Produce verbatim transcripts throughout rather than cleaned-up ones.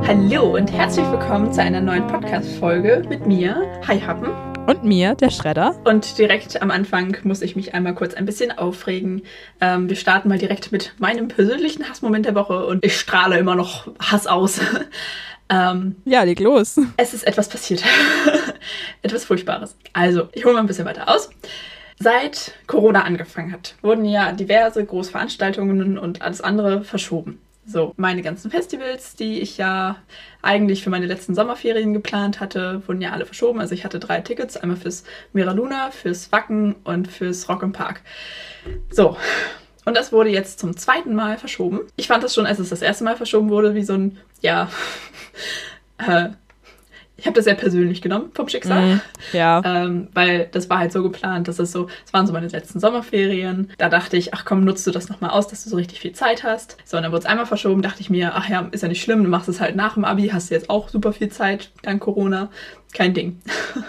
Hallo und herzlich willkommen zu einer neuen Podcast-Folge mit mir, Hi Happen. Und mir, der Schredder. Und direkt am Anfang muss ich mich einmal kurz ein bisschen aufregen. Ähm, wir starten mal direkt mit meinem persönlichen Hassmoment der Woche und ich strahle immer noch Hass aus. ähm, ja, leg los. Es ist etwas passiert. Etwas Furchtbares. Also, ich hole mal ein bisschen weiter aus. Seit Corona angefangen hat, wurden ja diverse Großveranstaltungen und alles andere verschoben. So, meine ganzen Festivals, die ich ja eigentlich für meine letzten Sommerferien geplant hatte, wurden ja alle verschoben. Also ich hatte drei Tickets, einmal fürs Mira Luna, fürs Wacken und fürs Rock im Park. So, und das wurde jetzt zum zweiten Mal verschoben. Ich fand das schon, als es das erste Mal verschoben wurde, wie so ein, ja, äh, ich habe das sehr persönlich genommen vom Schicksal, mm, ja. ähm, weil das war halt so geplant, dass es so, es waren so meine letzten Sommerferien, da dachte ich, ach komm, nutzt du das nochmal aus, dass du so richtig viel Zeit hast. So, und dann wurde es einmal verschoben, dachte ich mir, ach ja, ist ja nicht schlimm, du machst es halt nach dem Abi, hast du jetzt auch super viel Zeit, dank Corona, kein Ding.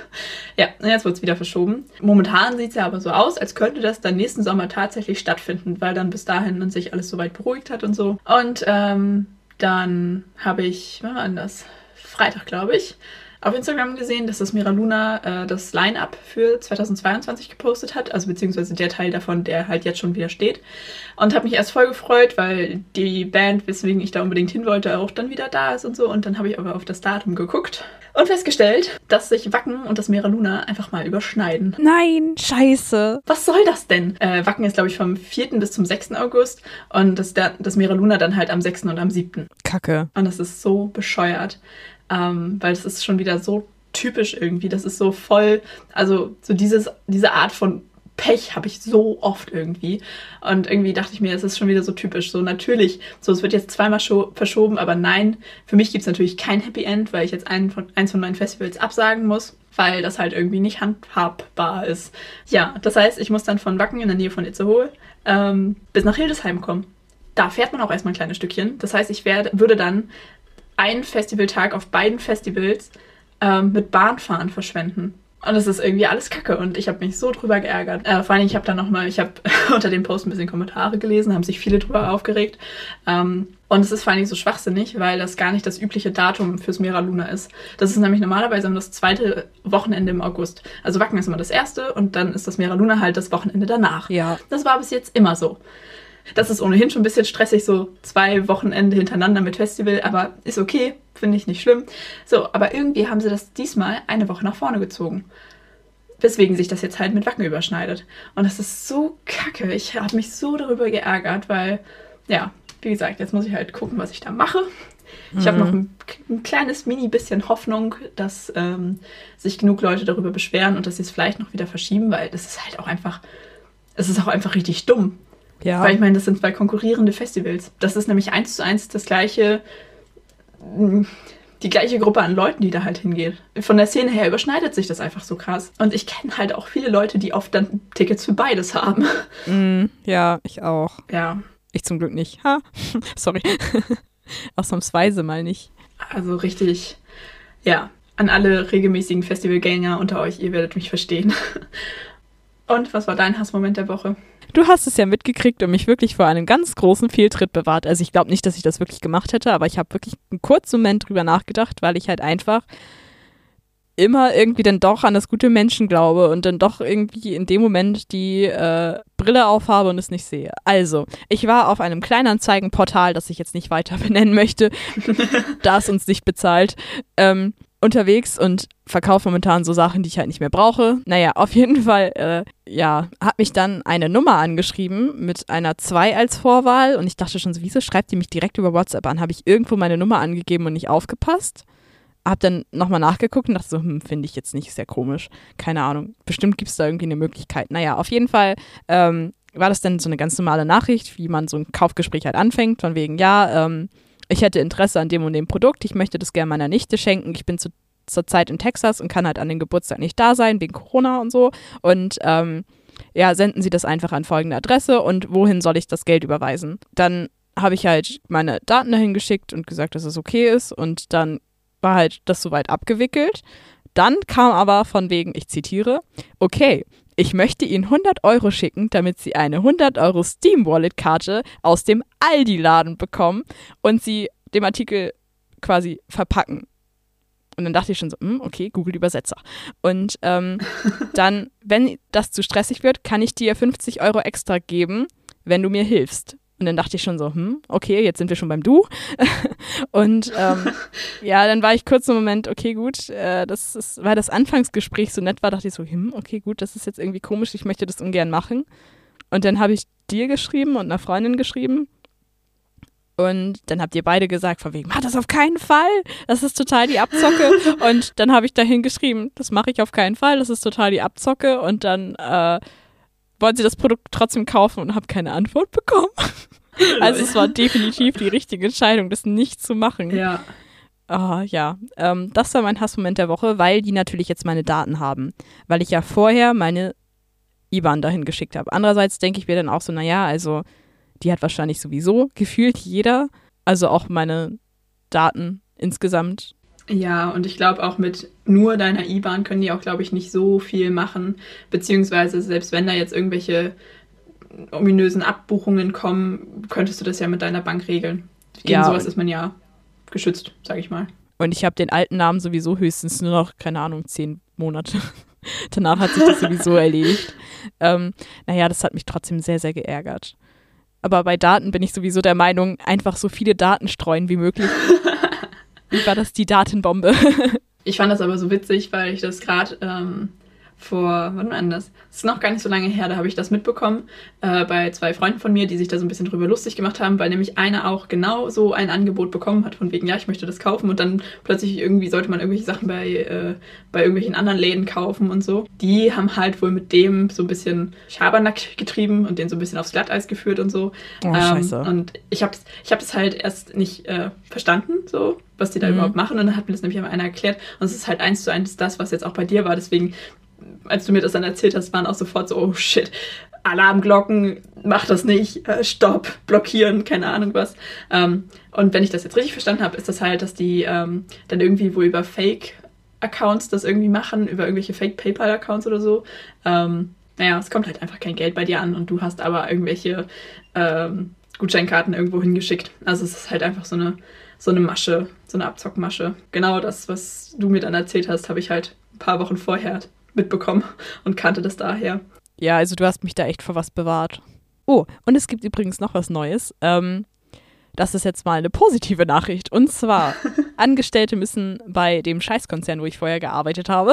Ja, und jetzt wurde es wieder verschoben. Momentan sieht es ja aber so aus, als könnte das dann nächsten Sommer tatsächlich stattfinden, weil dann bis dahin dann sich alles so weit beruhigt hat und so. Und ähm, dann habe ich, wann war denn das? Freitag, glaube ich, auf Instagram gesehen, dass das Mira Luna äh, das Line-Up für zweitausendzweiundzwanzig gepostet hat, also beziehungsweise der Teil davon, der halt jetzt schon wieder steht. Und habe mich erst voll gefreut, weil die Band, weswegen ich da unbedingt hin wollte, auch dann wieder da ist und so. Und dann habe ich aber auf das Datum geguckt und festgestellt, dass sich Wacken und das Mira Luna einfach mal überschneiden. Nein, scheiße. Was soll das denn? Äh, Wacken ist, glaube ich, vom vierten bis zum sechsten August und das, das Mira Luna dann halt am sechsten und am siebten Kacke. Und das ist so bescheuert. Ähm, weil es ist schon wieder so typisch irgendwie. Das ist so voll, also so dieses, diese Art von Pech habe ich so oft irgendwie. Und irgendwie dachte ich mir, es ist schon wieder so typisch. So natürlich, so es wird jetzt zweimal scho- verschoben, aber nein, für mich gibt es natürlich kein Happy End, weil ich jetzt einen von, eins von meinen Festivals absagen muss, weil das halt irgendwie nicht handhabbar ist. Ja, das heißt, ich muss dann von Wacken in der Nähe von Itzehoe ähm, bis nach Hildesheim kommen. Da fährt man auch erstmal ein kleines Stückchen. Das heißt, ich werde, würde dann einen Festivaltag auf beiden Festivals ähm, mit Bahnfahren verschwenden. Und das ist irgendwie alles Kacke und ich habe mich so drüber geärgert. Äh, vor allem, ich habe dann nochmal, ich habe unter dem Post ein bisschen Kommentare gelesen, haben sich viele drüber aufgeregt. Ähm, und es ist vor allem so schwachsinnig, weil das gar nicht das übliche Datum fürs Mira Luna ist. Das ist nämlich normalerweise immer das zweite Wochenende im August. Also Wacken ist immer das erste und dann ist das Mira Luna halt das Wochenende danach. Ja. Das war bis jetzt immer so. Das ist ohnehin schon ein bisschen stressig, so zwei Wochenende hintereinander mit Festival, aber ist okay, finde ich nicht schlimm. So, aber irgendwie haben sie das diesmal eine Woche nach vorne gezogen. Weswegen sich das jetzt halt mit Wacken überschneidet. Und das ist so kacke. Ich habe mich so darüber geärgert, weil, ja, wie gesagt, jetzt muss ich halt gucken, was ich da mache. Ich mhm. habe noch ein, ein kleines mini bisschen Hoffnung, dass ähm, sich genug Leute darüber beschweren und dass sie es vielleicht noch wieder verschieben, weil das ist halt auch einfach, es ist auch einfach richtig dumm. Ja. Weil ich meine, das sind zwei konkurrierende Festivals. Das ist nämlich eins zu eins das gleiche, die gleiche Gruppe an Leuten, die da halt hingeht. Von der Szene her überschneidet sich das einfach so krass. Und ich kenne halt auch viele Leute, die oft dann Tickets für beides haben. Mm, ja, ich auch. Ja. Ich zum Glück nicht. Ha, sorry. Ausnahmsweise mal nicht. Also richtig, ja, an alle regelmäßigen Festivalgänger unter euch, ihr werdet mich verstehen. Und was war dein Hassmoment der Woche? Du hast es ja mitgekriegt und mich wirklich vor einem ganz großen Fehltritt bewahrt. Also ich glaube nicht, dass ich das wirklich gemacht hätte, aber ich habe wirklich einen kurzen Moment drüber nachgedacht, weil ich halt einfach immer irgendwie dann doch an das gute Menschen glaube und dann doch irgendwie in dem Moment die äh, Brille aufhabe und es nicht sehe. Also, ich war auf einem Kleinanzeigenportal, das ich jetzt nicht weiter benennen möchte, da es uns nicht bezahlt, ähm, unterwegs und verkaufe momentan so Sachen, die ich halt nicht mehr brauche. Naja, auf jeden Fall, äh, ja, hat mich dann eine Nummer angeschrieben mit einer zwei als Vorwahl und ich dachte schon so, wieso schreibt die mich direkt über WhatsApp an? Habe ich irgendwo meine Nummer angegeben und nicht aufgepasst? Hab dann nochmal nachgeguckt und dachte so, hm, finde ich jetzt nicht, sehr komisch. Keine Ahnung, bestimmt gibt es da irgendwie eine Möglichkeit. Naja, auf jeden Fall ähm, war das dann so eine ganz normale Nachricht, wie man so ein Kaufgespräch halt anfängt, von wegen, ja, ähm, ich hätte Interesse an dem und dem Produkt, ich möchte das gerne meiner Nichte schenken, ich bin zu, zur Zeit in Texas und kann halt an den Geburtstag nicht da sein, wegen Corona und so. Und ähm, ja, senden Sie das einfach an folgende Adresse und wohin soll ich das Geld überweisen? Dann habe ich halt meine Daten dahin geschickt und gesagt, dass es okay ist und dann war halt das soweit abgewickelt. Dann kam aber von wegen, ich zitiere, okay, ich möchte Ihnen hundert Euro schicken, damit Sie eine hundert Euro Steam-Wallet-Karte aus dem Aldi-Laden bekommen und Sie dem Artikel quasi verpacken. Und dann dachte ich schon so, hm, okay, Google Übersetzer. Und ähm, dann, wenn das zu stressig wird, kann ich dir fünfzig Euro extra geben, wenn du mir hilfst. Und dann dachte ich schon so, hm, okay, jetzt sind wir schon beim Du. Und ähm, ja, dann war ich kurz im Moment, okay, gut, äh, das ist, weil das Anfangsgespräch so nett war, dachte ich so, hm, okay, gut, das ist jetzt irgendwie komisch, ich möchte das ungern machen. Und dann habe ich dir geschrieben und einer Freundin geschrieben. Und dann habt ihr beide gesagt, von wegen, mach das auf keinen Fall, das ist total die Abzocke. Und dann habe ich dahin geschrieben, das mache ich auf keinen Fall, das ist total die Abzocke. Und dann äh, wollten sie das Produkt trotzdem kaufen und habe keine Antwort bekommen. Also es war definitiv die richtige Entscheidung, das nicht zu machen. Ja. Oh, ja, ähm, das war mein Hassmoment der Woche, weil die natürlich jetzt meine Daten haben. Weil ich ja vorher meine I B A N dahin geschickt habe. Andererseits denke ich mir dann auch so, naja, also die hat wahrscheinlich sowieso gefühlt jeder, also auch meine Daten insgesamt. Ja, und ich glaube auch mit nur deiner I B A N können die auch, glaube ich, nicht so viel machen, beziehungsweise selbst wenn da jetzt irgendwelche ominösen Abbuchungen kommen, könntest du das ja mit deiner Bank regeln. Gegen Ja, sowas ist man ja geschützt, sage ich mal. Und ich habe den alten Namen sowieso höchstens nur noch, keine Ahnung, zehn Monate. Danach hat sich das sowieso erledigt. Ähm, naja, das hat mich trotzdem sehr, sehr geärgert. Aber bei Daten bin ich sowieso der Meinung, einfach so viele Daten streuen wie möglich. Wie war das, die Datenbombe? Ich fand das aber so witzig, weil ich das gerade ähm, vor, wann war denn das? Das ist noch gar nicht so lange her, da habe ich das mitbekommen äh, bei zwei Freunden von mir, die sich da so ein bisschen drüber lustig gemacht haben, weil nämlich einer auch genau so ein Angebot bekommen hat, von wegen, ja, ich möchte das kaufen und dann plötzlich irgendwie sollte man irgendwelche Sachen bei, äh, bei irgendwelchen anderen Läden kaufen und so. Die haben halt wohl mit dem so ein bisschen Schabernack getrieben und den so ein bisschen aufs Glatteis geführt und so. Oh, ähm, scheiße. Und ich habe ich hab das halt erst nicht äh, verstanden, so, was die da mhm. überhaupt machen. Und dann hat mir das nämlich einmal einer erklärt. Und es ist halt eins zu eins das, was jetzt auch bei dir war. Deswegen, als du mir das dann erzählt hast, waren auch sofort so, oh shit, Alarmglocken, mach das nicht, äh, stopp, blockieren, keine Ahnung was. Ähm, und wenn ich das jetzt richtig verstanden habe, ist das halt, dass die ähm, dann irgendwie wohl über Fake-Accounts das irgendwie machen, über irgendwelche Fake-PayPal-Accounts oder so. Ähm, naja, es kommt halt einfach kein Geld bei dir an und du hast aber irgendwelche ähm, Gutscheinkarten irgendwo hingeschickt. Also es ist halt einfach so eine so eine Masche, so eine Abzockmasche. Genau das, was du mir dann erzählt hast, habe ich halt ein paar Wochen vorher mitbekommen und kannte das daher. Ja, also du hast mich da echt vor was bewahrt. Oh, und es gibt übrigens noch was Neues. Ähm, das ist jetzt mal eine positive Nachricht. Und zwar, Angestellte müssen bei dem Scheißkonzern, wo ich vorher gearbeitet habe,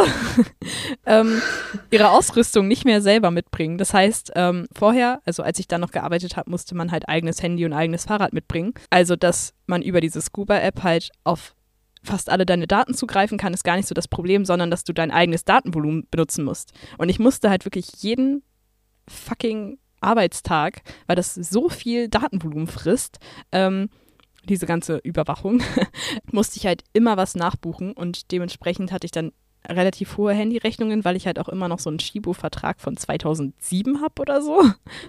ähm, ihre Ausrüstung nicht mehr selber mitbringen. Das heißt, ähm, vorher, also als ich da noch gearbeitet habe, musste man halt eigenes Handy und eigenes Fahrrad mitbringen. Also, dass man über diese Scuba-App halt auf fast alle deine Daten zugreifen kann, ist gar nicht so das Problem, sondern dass du dein eigenes Datenvolumen benutzen musst. Und ich musste halt wirklich jeden fucking Arbeitstag, weil das so viel Datenvolumen frisst, ähm, diese ganze Überwachung, musste ich halt immer was nachbuchen und dementsprechend hatte ich dann relativ hohe Handyrechnungen, weil ich halt auch immer noch so einen Shibo-Vertrag von zweitausendsieben habe oder so.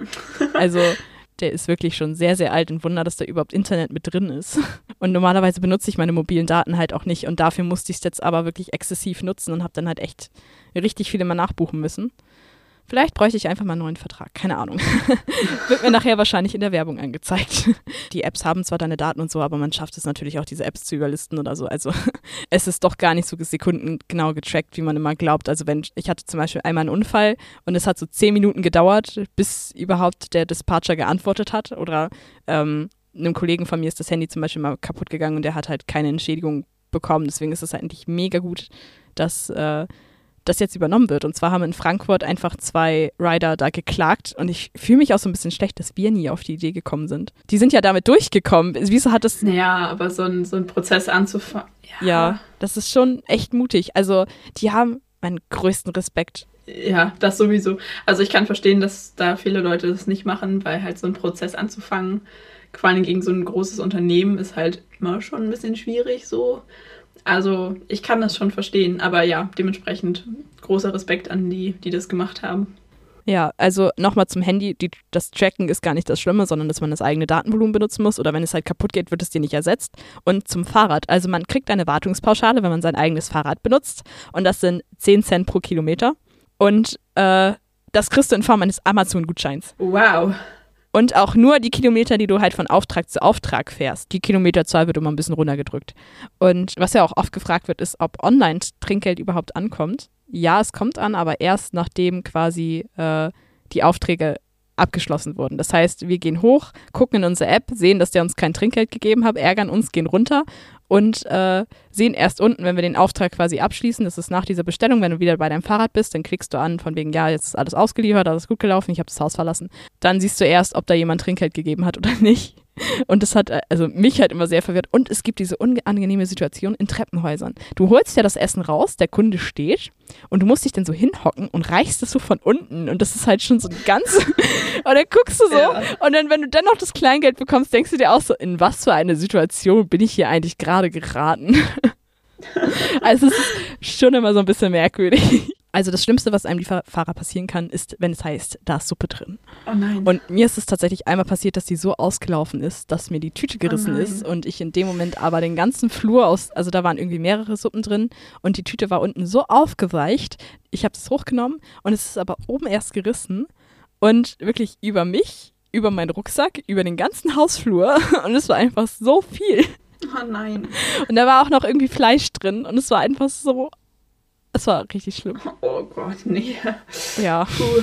Also der ist wirklich schon sehr, sehr alt und Wunder, dass da überhaupt Internet mit drin ist. Und normalerweise benutze ich meine mobilen Daten halt auch nicht und dafür musste ich es jetzt aber wirklich exzessiv nutzen und habe dann halt echt richtig viele mal nachbuchen müssen. Vielleicht bräuchte ich einfach mal einen neuen Vertrag, keine Ahnung. Wird mir nachher wahrscheinlich in der Werbung angezeigt. Die Apps haben zwar deine Daten und so, aber man schafft es natürlich auch, diese Apps zu überlisten oder so. Also es ist doch gar nicht so sekundengenau getrackt, wie man immer glaubt. Also wenn ich hatte zum Beispiel einmal einen Unfall und es hat so zehn Minuten gedauert, bis überhaupt der Dispatcher geantwortet hat. Oder ähm, einem Kollegen von mir ist das Handy zum Beispiel mal kaputt gegangen und der hat halt keine Entschädigung bekommen. Deswegen ist es halt eigentlich mega gut, dass äh, das jetzt übernommen wird. Und zwar haben in Frankfurt einfach zwei Rider da geklagt und ich fühle mich auch so ein bisschen schlecht, dass wir nie auf die Idee gekommen sind. Die sind ja damit durchgekommen. Wieso hat das... Naja, aber so ein, so ein Prozess anzufangen... Ja. ja, das ist schon echt mutig. Also die haben meinen größten Respekt. Ja, das sowieso. Also ich kann verstehen, dass da viele Leute das nicht machen, weil halt so ein Prozess anzufangen, vor allem gegen so ein großes Unternehmen, ist halt immer schon ein bisschen schwierig so. Also ich kann das schon verstehen, aber ja, dementsprechend großer Respekt an die, die das gemacht haben. Ja, also nochmal zum Handy, die, das Tracken ist gar nicht das Schlimme, sondern dass man das eigene Datenvolumen benutzen muss oder wenn es halt kaputt geht, wird es dir nicht ersetzt. Und zum Fahrrad, also man kriegt eine Wartungspauschale, wenn man sein eigenes Fahrrad benutzt und das sind zehn Cent pro Kilometer und äh, das kriegst du in Form eines Amazon-Gutscheins. Wow. Und auch nur die Kilometer, die du halt von Auftrag zu Auftrag fährst. Die Kilometerzahl wird immer ein bisschen runtergedrückt. Und was ja auch oft gefragt wird, ist, ob Online-Trinkgeld überhaupt ankommt. Ja, es kommt an, aber erst nachdem quasi äh, die Aufträge abgeschlossen wurden. Das heißt, wir gehen hoch, gucken in unsere App, sehen, dass der uns kein Trinkgeld gegeben hat, ärgern uns, gehen runter und äh, sehen erst unten, wenn wir den Auftrag quasi abschließen, das ist nach dieser Bestellung, wenn du wieder bei deinem Fahrrad bist, dann klickst du an von wegen, ja, jetzt ist alles ausgeliefert, alles gut gelaufen, ich habe das Haus verlassen. Dann siehst du erst, ob da jemand Trinkgeld gegeben hat oder nicht. Und das hat also mich halt immer sehr verwirrt. Und es gibt diese unangenehme Situation in Treppenhäusern. Du holst ja das Essen raus, der Kunde steht und du musst dich dann so hinhocken und reichst es so von unten. Und das ist halt schon so ein ganz... und dann guckst du so ja. Und dann, wenn du dann noch das Kleingeld bekommst, denkst du dir auch so, in was für eine Situation bin ich hier eigentlich gerade geraten? Also es ist schon immer so ein bisschen merkwürdig. Also das Schlimmste, was einem die Fahrer passieren kann, ist, wenn es heißt, da ist Suppe drin. Oh nein. Und mir ist es tatsächlich einmal passiert, dass die so ausgelaufen ist, dass mir die Tüte gerissen oh ist und ich in dem Moment aber den ganzen Flur aus, also da waren irgendwie mehrere Suppen drin und die Tüte war unten so aufgeweicht, ich habe es hochgenommen und es ist aber oben erst gerissen und wirklich über mich, über meinen Rucksack, über den ganzen Hausflur und es war einfach so viel. Oh nein. Und da war auch noch irgendwie Fleisch drin und es war einfach so... Es war richtig schlimm. Oh Gott, nee. Ja. Puh.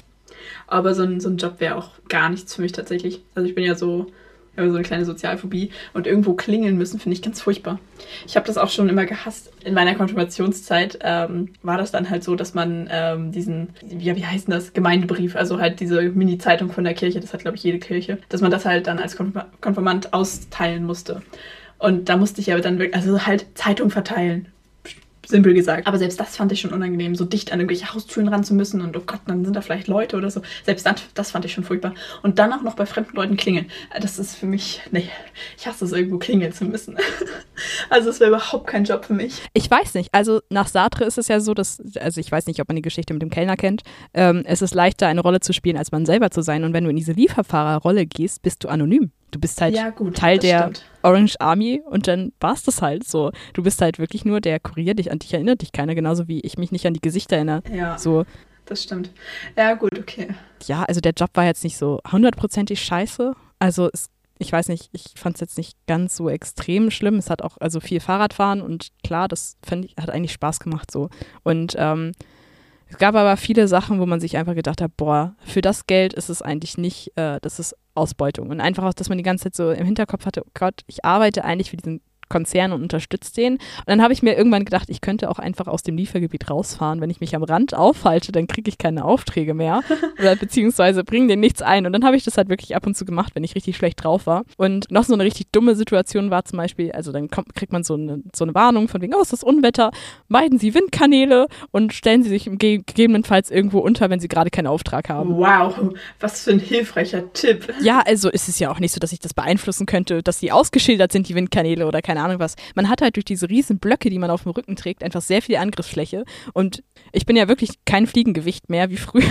Aber so ein, so ein Job wäre auch gar nichts für mich tatsächlich. Also ich bin ja so, ich habe so eine kleine Sozialphobie und irgendwo klingeln müssen, finde ich ganz furchtbar. Ich habe das auch schon immer gehasst. In meiner Konfirmationszeit ähm, war das dann halt so, dass man ähm, diesen, wie, wie heißt denn das, Gemeindebrief, also halt diese Mini-Zeitung von der Kirche, das hat glaube ich jede Kirche, dass man das halt dann als Konfirm- Konfirmand austeilen musste. Und da musste ich aber dann wirklich, also halt Zeitung verteilen. Simpel gesagt. Aber selbst das fand ich schon unangenehm, so dicht an irgendwelche Haustüren ran zu müssen und oh Gott, dann sind da vielleicht Leute oder so. Selbst das, das fand ich schon furchtbar. Und dann auch noch bei fremden Leuten klingeln. Das ist für mich, nee, ich hasse es, irgendwo klingeln zu müssen. Also es wäre überhaupt kein Job für mich. Ich weiß nicht, also nach Sartre ist es ja so, dass, also ich weiß nicht, ob man die Geschichte mit dem Kellner kennt, ähm, es ist leichter, eine Rolle zu spielen, als man selber zu sein. Und wenn du in diese Lieferfahrerrolle gehst, bist du anonym. Du bist halt ja, gut, Teil der stimmt. Orange Army und dann war es das halt so. Du bist halt wirklich nur der Kurier, dich an dich erinnert dich keiner, genauso wie ich mich nicht an die Gesichter erinnere. Ja, so. Das stimmt. Ja, gut, okay. Ja, also der Job war jetzt nicht so hundertprozentig scheiße. Also es, ich weiß nicht, ich fand es jetzt nicht ganz so extrem schlimm. Es hat auch also viel Fahrradfahren und klar, das fand ich, hat eigentlich Spaß gemacht so. Und ähm, es gab aber viele Sachen, wo man sich einfach gedacht hat, boah, für das Geld ist es eigentlich nicht, äh, das ist Ausbeutung. Und einfach auch, dass man die ganze Zeit so im Hinterkopf hatte, oh Gott, ich arbeite eigentlich für diesen Konzern und unterstütze den. Und dann habe ich mir irgendwann gedacht, ich könnte auch einfach aus dem Liefergebiet rausfahren. Wenn ich mich am Rand aufhalte, dann kriege ich keine Aufträge mehr oder beziehungsweise bringen denen nichts ein. Und dann habe ich das halt wirklich ab und zu gemacht, wenn ich richtig schlecht drauf war. Und noch so eine richtig dumme Situation war zum Beispiel, also dann kommt, kriegt man so eine, so eine Warnung von wegen, oh, es ist Unwetter, meiden Sie Windkanäle und stellen Sie sich gegebenenfalls irgendwo unter, wenn Sie gerade keinen Auftrag haben. Wow, was für ein hilfreicher Tipp. Ja, also ist es ja auch nicht so, dass ich das beeinflussen könnte, dass die ausgeschildert sind, die Windkanäle oder keine Ahnung was. Man hat halt durch diese riesen Blöcke, die man auf dem Rücken trägt, einfach sehr viel Angriffsfläche. Und ich bin ja wirklich kein Fliegengewicht mehr wie früher.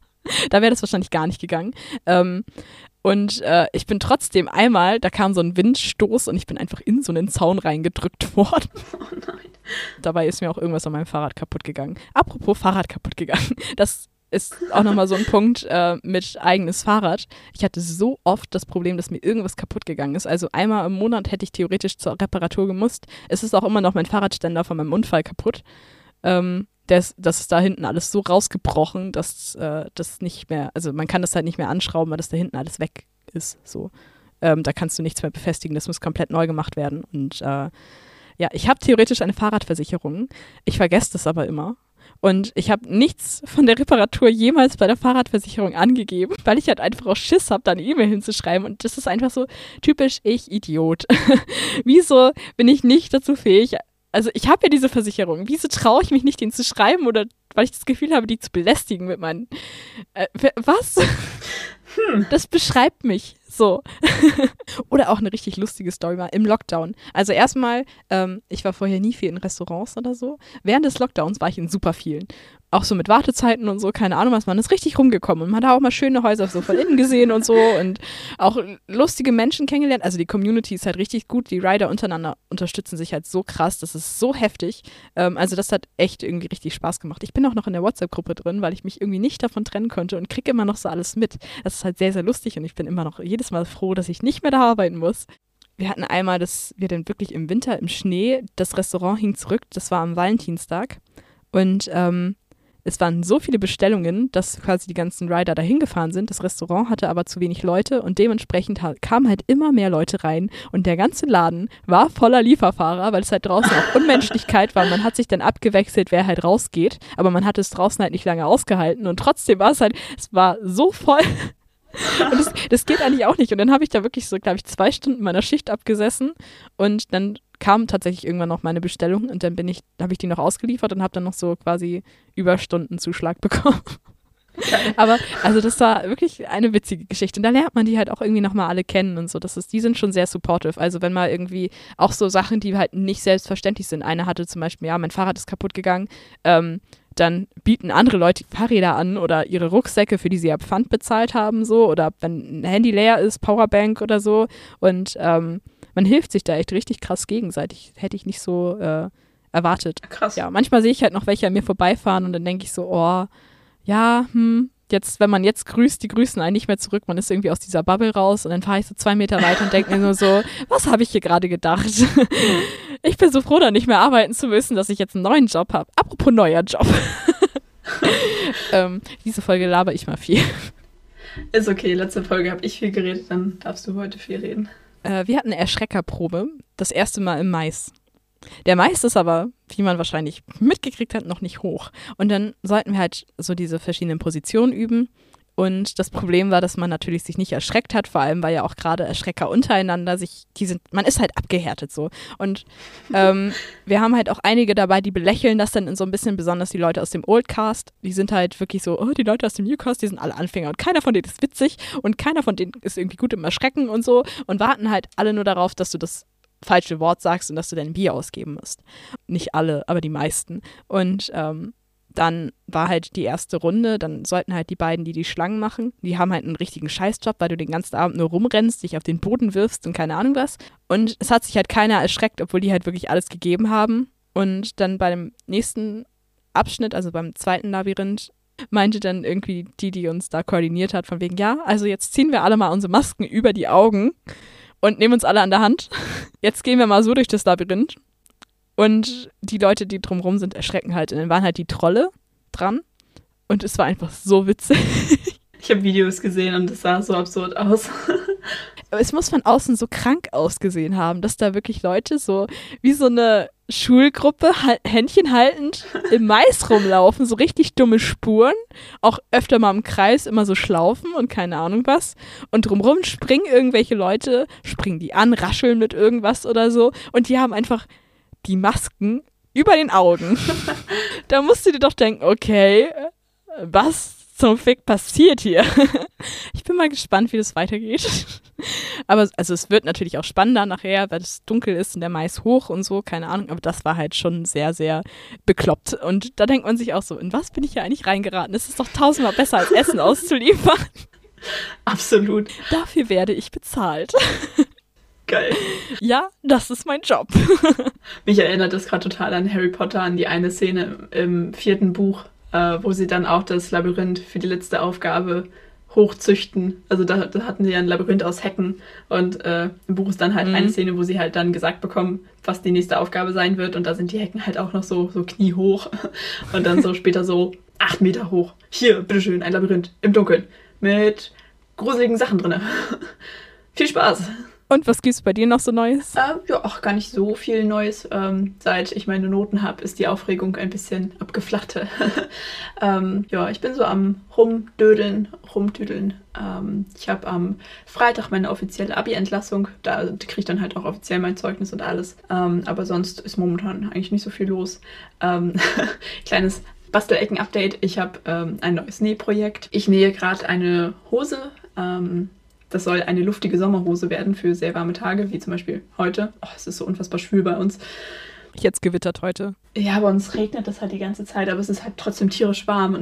Da wäre das wahrscheinlich gar nicht gegangen. Ähm, und äh, ich bin trotzdem einmal, da kam so ein Windstoß und ich bin einfach in so einen Zaun reingedrückt worden. Oh nein. Dabei ist mir auch irgendwas an meinem Fahrrad kaputt gegangen. Apropos Fahrrad kaputt gegangen. Das ist auch nochmal so ein Punkt äh, mit eigenes Fahrrad. Ich hatte so oft das Problem, dass mir irgendwas kaputt gegangen ist. Also einmal im Monat hätte ich theoretisch zur Reparatur gemusst. Es ist auch immer noch mein Fahrradständer von meinem Unfall kaputt. Ähm, das, das ist da hinten alles so rausgebrochen, dass äh, das nicht mehr, also man kann das halt nicht mehr anschrauben, weil das da hinten alles weg ist. So. Ähm, da kannst du nichts mehr befestigen, das muss komplett neu gemacht werden. Und äh, ja, ich habe theoretisch eine Fahrradversicherung. Ich vergesse das aber immer. Und ich habe nichts von der Reparatur jemals bei der Fahrradversicherung angegeben, weil ich halt einfach auch Schiss habe, da eine E-Mail hinzuschreiben. Und das ist einfach so typisch ich Idiot. Wieso bin ich nicht dazu fähig? Also ich habe ja diese Versicherung. Wieso traue ich mich nicht, den zu schreiben? Oder weil ich das Gefühl habe, die zu belästigen mit meinen... Äh, was? Hm. Das beschreibt mich so. Oder auch eine richtig lustige Story war im Lockdown. Also erstmal, ähm, ich war vorher nie viel in Restaurants oder so. Während des Lockdowns war ich in super vielen. Auch so mit Wartezeiten und so, keine Ahnung was, man ist richtig rumgekommen. Und man hat auch mal schöne Häuser so von innen gesehen und so und auch lustige Menschen kennengelernt. Also die Community ist halt richtig gut, die Rider untereinander unterstützen sich halt so krass, das ist so heftig. Ähm, also das hat echt irgendwie richtig Spaß gemacht. Ich bin auch noch in der WhatsApp-Gruppe drin, weil ich mich irgendwie nicht davon trennen konnte und kriege immer noch so alles mit. Das ist halt sehr, sehr lustig und ich bin immer noch jedes Mal froh, dass ich nicht mehr da arbeiten muss. Wir hatten einmal, dass wir dann wirklich im Winter im Schnee, das Restaurant hing zurück, das war am Valentinstag und ähm, es waren so viele Bestellungen, dass quasi die ganzen Rider dahin gefahren sind. Das Restaurant hatte aber zu wenig Leute und dementsprechend ha- kamen halt immer mehr Leute rein und der ganze Laden war voller Lieferfahrer, weil es halt draußen auch unmenschlich kalt war. Man hat sich dann abgewechselt, wer halt rausgeht, aber man hat es draußen halt nicht lange ausgehalten und trotzdem war es halt, es war so voll. Und das, das geht eigentlich auch nicht. Und dann habe ich da wirklich so, glaube ich, zwei Stunden meiner Schicht abgesessen und dann kam tatsächlich irgendwann noch meine Bestellung und dann bin ich, habe ich die noch ausgeliefert und habe dann noch so quasi Überstundenzuschlag bekommen. Aber also das war wirklich eine witzige Geschichte und da lernt man die halt auch irgendwie nochmal alle kennen und so. Das ist, die sind schon sehr supportive. Also wenn mal irgendwie auch so Sachen, die halt nicht selbstverständlich sind. Eine hatte zum Beispiel, ja, mein Fahrrad ist kaputt gegangen, ähm, dann bieten andere Leute Fahrräder an oder ihre Rucksäcke, für die sie ja Pfand bezahlt haben, so, oder wenn ein Handy leer ist, Powerbank oder so. Und ähm, man hilft sich da echt richtig krass gegenseitig. Hätte ich nicht so äh, erwartet. Krass. Ja, manchmal sehe ich halt noch welche an mir vorbeifahren und dann denke ich so, oh, ja, hm, jetzt, wenn man jetzt grüßt, die grüßen einen nicht mehr zurück, man ist irgendwie aus dieser Bubble raus und dann fahre ich so zwei Meter weiter und denke mir nur so, was habe ich hier gerade gedacht? Ich bin so froh, da nicht mehr arbeiten zu müssen, dass ich jetzt einen neuen Job habe. Apropos neuer Job. ähm, diese Folge laber ich mal viel. Ist okay, letzte Folge habe ich viel geredet, dann darfst du heute viel reden. Äh, wir hatten eine Erschreckerprobe, das erste Mal im Mais. Der Mais ist aber, wie man wahrscheinlich mitgekriegt hat, noch nicht hoch. Und dann sollten wir halt so diese verschiedenen Positionen üben. Und das Problem war, dass man natürlich sich nicht erschreckt hat, vor allem weil ja auch gerade Erschrecker untereinander sich, die sind, man ist halt abgehärtet so. Und ähm, wir haben halt auch einige dabei, die belächeln das dann in so ein bisschen, besonders die Leute aus dem Oldcast. Die sind halt wirklich so, oh, die Leute aus dem Newcast, die sind alle Anfänger und keiner von denen ist witzig und keiner von denen ist irgendwie gut im Erschrecken und so und warten halt alle nur darauf, dass du das falsche Wort sagst und dass du dein Bier ausgeben musst. Nicht alle, aber die meisten. Und ähm, dann war halt die erste Runde, dann sollten halt die beiden, die die Schlangen machen, die haben halt einen richtigen Scheißjob, weil du den ganzen Abend nur rumrennst, dich auf den Boden wirfst und keine Ahnung was. Und es hat sich halt keiner erschreckt, obwohl die halt wirklich alles gegeben haben. Und dann bei dem nächsten Abschnitt, also beim zweiten Labyrinth, meinte dann irgendwie die, die uns da koordiniert hat, von wegen, ja, also jetzt ziehen wir alle mal unsere Masken über die Augen und nehmen uns alle an der Hand. Jetzt gehen wir mal so durch das Labyrinth. Und die Leute, die drumherum sind, erschrecken halt. Und dann waren halt die Trolle dran. Und es war einfach so witzig. Ich habe Videos gesehen und es sah so absurd aus. Aber es muss von außen so krank ausgesehen haben, dass da wirklich Leute so wie so eine Schulgruppe halt, Händchen haltend im Mais rumlaufen. So richtig dumme Spuren. Auch öfter mal im Kreis immer so schlaufen und keine Ahnung was. Und drumherum springen irgendwelche Leute, springen die an, rascheln mit irgendwas oder so. Und die haben einfach die Masken über den Augen. Da musst du dir doch denken, okay, was zum Fick passiert hier? Ich bin mal gespannt, wie das weitergeht. Aber also es wird natürlich auch spannender nachher, weil es dunkel ist und der Mais hoch und so, keine Ahnung. Aber das war halt schon sehr, sehr bekloppt. Und da denkt man sich auch so, in was bin ich hier eigentlich reingeraten? Es ist doch tausendmal besser, als Essen auszuliefern. Absolut. Dafür werde ich bezahlt. Geil. Ja, das ist mein Job. Mich erinnert das gerade total an Harry Potter, an die eine Szene im vierten Buch, äh, wo sie dann auch das Labyrinth für die letzte Aufgabe hochzüchten. Also da, da hatten sie ja ein Labyrinth aus Hecken und äh, im Buch ist dann halt mhm. eine Szene, wo sie halt dann gesagt bekommen, was die nächste Aufgabe sein wird und da sind die Hecken halt auch noch so, so kniehoch und dann so später so acht Meter hoch. Hier, bitteschön, ein Labyrinth im Dunkeln mit gruseligen Sachen drin. Viel Spaß! Und was gibt's bei dir noch so Neues? Äh, ja, auch gar nicht so viel Neues. Ähm, seit ich meine Noten habe, ist die Aufregung ein bisschen abgeflacht. ähm, ja, ich bin so am Rumdödeln, Rumdüdeln. Ähm, ich habe am Freitag meine offizielle Abi-Entlassung. Da kriege ich dann halt auch offiziell mein Zeugnis und alles. Ähm, aber sonst ist momentan eigentlich nicht so viel los. Ähm, kleines Bastelecken-Update. Ich habe ähm, ein neues Nähprojekt. Ich nähe gerade eine Hose. Ähm, Das soll eine luftige Sommerhose werden für sehr warme Tage, wie zum Beispiel heute. Oh, es ist so unfassbar schwül bei uns. Jetzt gewittert heute. Ja, bei uns regnet das halt die ganze Zeit, aber es ist halt trotzdem tierisch warm und das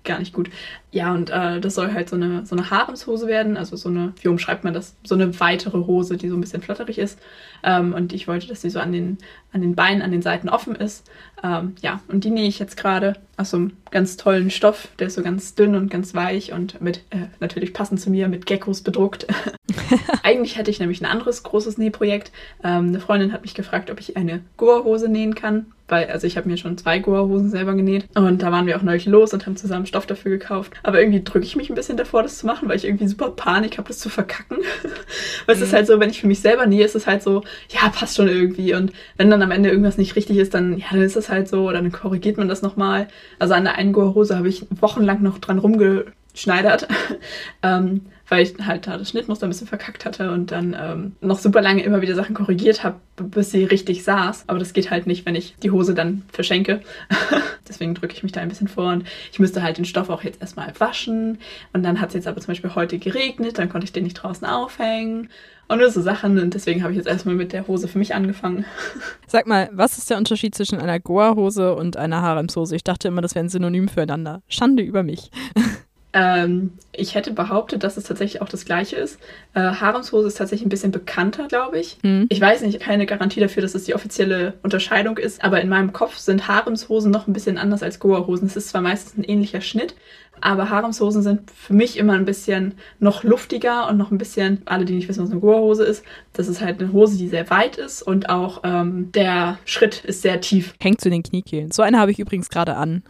gar nicht gut. Ja, und äh, das soll halt so eine, so eine Haremshose werden, also so eine, wie umschreibt man das, so eine weitere Hose, die so ein bisschen flatterig ist. Ähm, und ich wollte, dass sie so an den, an den Beinen, an den Seiten offen ist. Ähm, ja, und die nähe ich jetzt gerade aus so einem ganz tollen Stoff, der ist so ganz dünn und ganz weich und mit, äh, natürlich passend zu mir, mit Geckos bedruckt. Eigentlich hätte ich nämlich ein anderes großes Nähprojekt. Ähm, eine Freundin hat mich gefragt, ob ich eine Goa-Hose nähen kann. Weil, also ich habe mir schon zwei Goa-Hosen selber genäht und da waren wir auch neulich los und haben zusammen Stoff dafür gekauft. Aber irgendwie drücke ich mich ein bisschen davor, das zu machen, weil ich irgendwie super Panik habe, das zu verkacken. Weil es mhm. ist halt so, wenn ich für mich selber nähe, ist es halt so, ja, passt schon irgendwie. Und wenn dann am Ende irgendwas nicht richtig ist, dann, ja, dann ist es halt so oder dann korrigiert man das nochmal. Also an der einen Goa-Hose habe ich wochenlang noch dran rumgeschneidert. ähm, weil ich halt da das Schnittmuster ein bisschen verkackt hatte und dann ähm, noch super lange immer wieder Sachen korrigiert habe, bis sie richtig saß. Aber das geht halt nicht, wenn ich die Hose dann verschenke. Deswegen drücke ich mich da ein bisschen vor und ich müsste halt den Stoff auch jetzt erstmal waschen. Und dann hat es jetzt aber zum Beispiel heute geregnet, dann konnte ich den nicht draußen aufhängen. Und nur so Sachen und deswegen habe ich jetzt erstmal mit der Hose für mich angefangen. Sag mal, was ist der Unterschied zwischen einer Goa-Hose und einer Haremshose? Ich dachte immer, das wären Synonym füreinander. Schande über mich. Ähm, ich hätte behauptet, dass es tatsächlich auch das Gleiche ist. Äh, Haremshose ist tatsächlich ein bisschen bekannter, glaube ich. Hm. Ich weiß nicht, keine Garantie dafür, dass es die offizielle Unterscheidung ist, aber in meinem Kopf sind Haremshosen noch ein bisschen anders als Goa-Hosen. Es ist zwar meistens ein ähnlicher Schnitt, aber Haremshosen sind für mich immer ein bisschen noch luftiger und noch ein bisschen, alle, die nicht wissen, was eine Goa-Hose ist, das ist halt eine Hose, die sehr weit ist und auch ähm, der Schritt ist sehr tief. Hängt zu den Kniekehlen. So eine habe ich übrigens gerade an.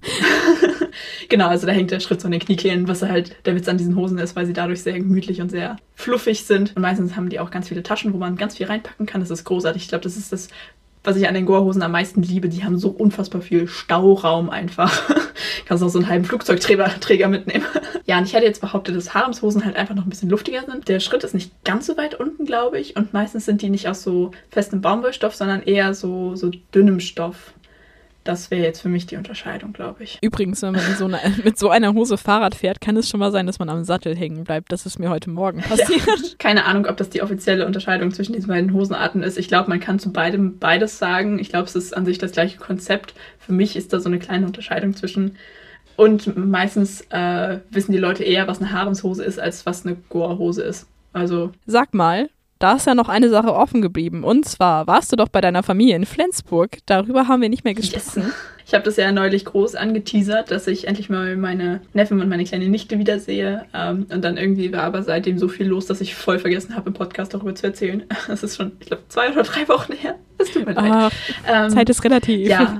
Genau, also da hängt der Schritt zu den Kniekehlen, was halt der Witz an diesen Hosen ist, weil sie dadurch sehr gemütlich und sehr fluffig sind. Und meistens haben die auch ganz viele Taschen, wo man ganz viel reinpacken kann. Das ist großartig. Ich glaube, das ist das, was ich an den Goa-Hosen am meisten liebe. Die haben so unfassbar viel Stauraum einfach. Kannst auch so einen halben Flugzeugträger Träger mitnehmen. Ja, und ich hätte jetzt behauptet, dass Haremshosen halt einfach noch ein bisschen luftiger sind. Der Schritt ist nicht ganz so weit unten, glaube ich. Und meistens sind die nicht aus so festem Baumwollstoff, sondern eher so, so dünnem Stoff. Das wäre jetzt für mich die Unterscheidung, glaube ich. Übrigens, wenn man so eine, mit so einer Hose Fahrrad fährt, kann es schon mal sein, dass man am Sattel hängen bleibt. Das ist mir heute Morgen passiert. Ja. Keine Ahnung, ob das die offizielle Unterscheidung zwischen diesen beiden Hosenarten ist. Ich glaube, man kann zu beidem beides sagen. Ich glaube, es ist an sich das gleiche Konzept. Für mich ist da so eine kleine Unterscheidung zwischen. Und meistens äh, wissen die Leute eher, was eine Haremshose ist, als was eine Goa-Hose ist. Also. Sag mal. Da ist ja noch eine Sache offen geblieben. Und zwar warst du doch bei deiner Familie in Flensburg. Darüber haben wir nicht mehr gesprochen. Yes. Ich habe das ja neulich groß angeteasert, dass ich endlich mal meine Neffen und meine kleine Nichte wiedersehe. Ähm, und dann irgendwie war aber seitdem so viel los, dass ich voll vergessen habe, im Podcast darüber zu erzählen. Das ist schon, ich glaube, zwei oder drei Wochen her. Das tut mir leid. Ach, ähm, Zeit ist relativ. Ja.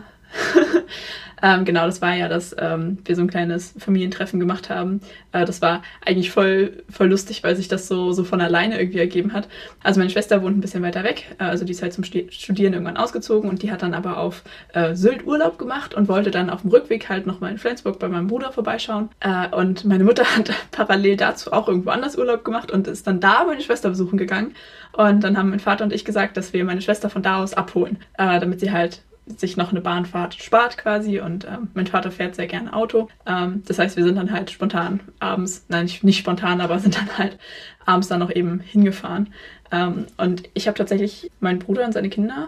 Ähm, genau, das war ja, dass ähm, wir so ein kleines Familientreffen gemacht haben. Äh, das war eigentlich voll, voll lustig, weil sich das so, so von alleine irgendwie ergeben hat. Also meine Schwester wohnt ein bisschen weiter weg. Äh, also die ist halt zum Studieren irgendwann ausgezogen und die hat dann aber auf äh, Sylt Urlaub gemacht und wollte dann auf dem Rückweg halt nochmal in Flensburg bei meinem Bruder vorbeischauen. Äh, und meine Mutter hat parallel dazu auch irgendwo anders Urlaub gemacht und ist dann da meine Schwester besuchen gegangen. Und dann haben mein Vater und ich gesagt, dass wir meine Schwester von da aus abholen, äh, damit sie halt sich noch eine Bahnfahrt spart quasi und ähm, mein Vater fährt sehr gerne Auto. Ähm, das heißt, wir sind dann halt spontan abends, nein, nicht, nicht spontan, aber sind dann halt abends dann noch eben hingefahren. Ähm, und ich habe tatsächlich meinen Bruder und seine Kinder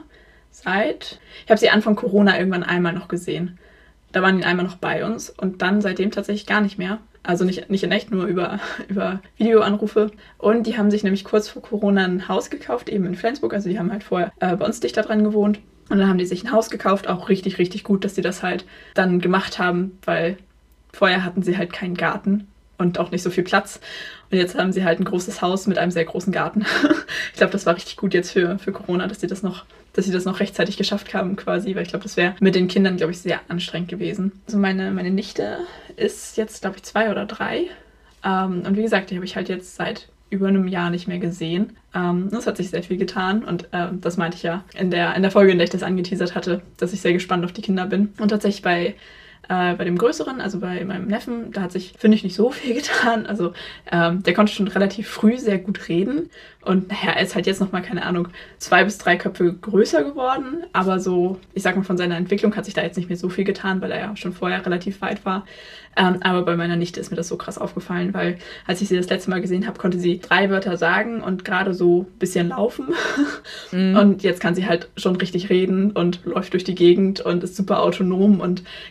seit, ich habe sie Anfang Corona irgendwann einmal noch gesehen. Da waren die einmal noch bei uns und dann seitdem tatsächlich gar nicht mehr. Also nicht, nicht in echt, nur über, über Videoanrufe. Und die haben sich nämlich kurz vor Corona ein Haus gekauft, eben in Flensburg. Also die haben halt vorher äh, bei uns dichter dran gewohnt. Und dann haben die sich ein Haus gekauft, auch richtig, richtig gut, dass sie das halt dann gemacht haben, weil vorher hatten sie halt keinen Garten und auch nicht so viel Platz. Und jetzt haben sie halt ein großes Haus mit einem sehr großen Garten. Ich glaube, das war richtig gut jetzt für, für Corona, dass sie das noch, dass sie das noch rechtzeitig geschafft haben quasi, weil ich glaube, das wäre mit den Kindern, glaube ich, sehr anstrengend gewesen. Also meine, meine Nichte ist jetzt, glaube ich, zwei oder drei. Ähm, und wie gesagt, die habe ich halt jetzt seit über einem Jahr nicht mehr gesehen. Ähm, es hat sich sehr viel getan und äh, das meinte ich ja in der, in der Folge, in der ich das angeteasert hatte, dass ich sehr gespannt auf die Kinder bin. Und tatsächlich bei, äh, bei dem Größeren, also bei meinem Neffen, da hat sich, finde ich, nicht so viel getan. Also ähm, der konnte schon relativ früh sehr gut reden und naja, er ist halt jetzt nochmal, keine Ahnung, zwei bis drei Köpfe größer geworden, aber so, ich sag mal, von seiner Entwicklung hat sich da jetzt nicht mehr so viel getan, weil er ja schon vorher relativ weit war. Ähm, aber bei meiner Nichte ist mir das so krass aufgefallen, weil als ich sie das letzte Mal gesehen habe, konnte sie drei Wörter sagen und gerade so ein bisschen laufen. Mhm. Und jetzt kann sie halt schon richtig reden und läuft durch die Gegend und ist super autonom und kann Wünsche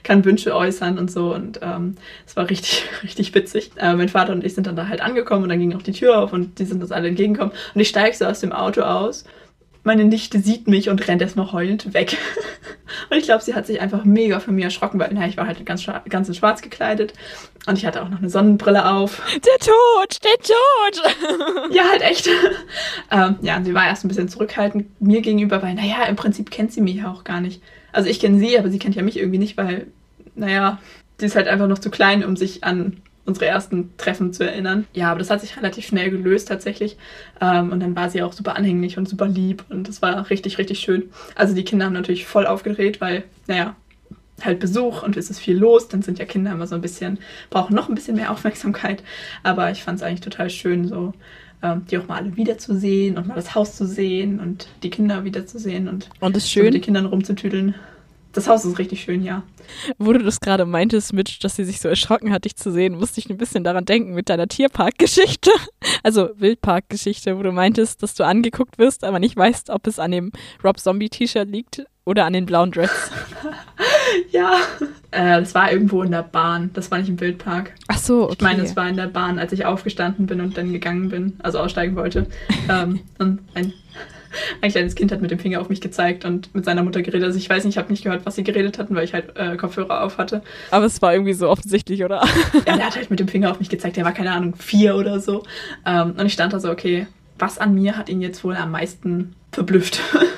Wünsche äußern und so. Und ähm, es war richtig, richtig witzig. Äh, mein Vater und ich sind dann da halt angekommen und dann ging auch die Tür auf und die sind uns alle entgegengekommen. Und ich steige so aus dem Auto aus. Meine Nichte sieht mich und rennt erstmal heulend weg. Und ich glaube, sie hat sich einfach mega von mir erschrocken, weil na, ich war halt ganz, ganz in schwarz gekleidet. Und ich hatte auch noch eine Sonnenbrille auf. Der Tod, der Tod! Ja, halt echt. ähm, ja, und sie war erst ein bisschen zurückhaltend mir gegenüber, weil, naja, im Prinzip kennt sie mich ja auch gar nicht. Also ich kenne sie, aber sie kennt ja mich irgendwie nicht, weil, naja, sie ist halt einfach noch zu klein, um sich an unsere ersten Treffen zu erinnern. Ja, aber das hat sich relativ schnell gelöst tatsächlich. Ähm, und dann war sie auch super anhänglich und super lieb und das war richtig, richtig schön. Also die Kinder haben natürlich voll aufgedreht, weil, naja, halt Besuch und es ist viel los. Dann sind ja Kinder immer so ein bisschen, brauchen noch ein bisschen mehr Aufmerksamkeit. Aber ich fand es eigentlich total schön, so ähm, die auch mal alle wiederzusehen und mal das Haus zu sehen und die Kinder wiederzusehen und, und ist so schön, mit den Kindern rumzutüdeln. Das Haus ist richtig schön, ja. Wo du das gerade meintest, Mitch, dass sie sich so erschrocken hat, dich zu sehen, musste ich ein bisschen daran denken mit deiner Tierparkgeschichte. Also Wildparkgeschichte, wo du meintest, dass du angeguckt wirst, aber nicht weißt, ob es an dem Rob Zombie-T-Shirt liegt oder an den blauen Dreads. Ja, äh, das war irgendwo in der Bahn. Das war nicht im Wildpark. Ach so, okay. Ich meine, es war in der Bahn, als ich aufgestanden bin und dann gegangen bin, also aussteigen wollte. ähm, und ein Ein kleines Kind hat mit dem Finger auf mich gezeigt und mit seiner Mutter geredet. Also ich weiß nicht, ich habe nicht gehört, was sie geredet hatten, weil ich halt äh, Kopfhörer auf hatte. Aber es war irgendwie so offensichtlich, oder? Ja, der hat halt mit dem Finger auf mich gezeigt. Der war, keine Ahnung, vier oder so. Ähm, und ich stand da so, okay, was an mir hat ihn jetzt wohl am meisten verblüfft?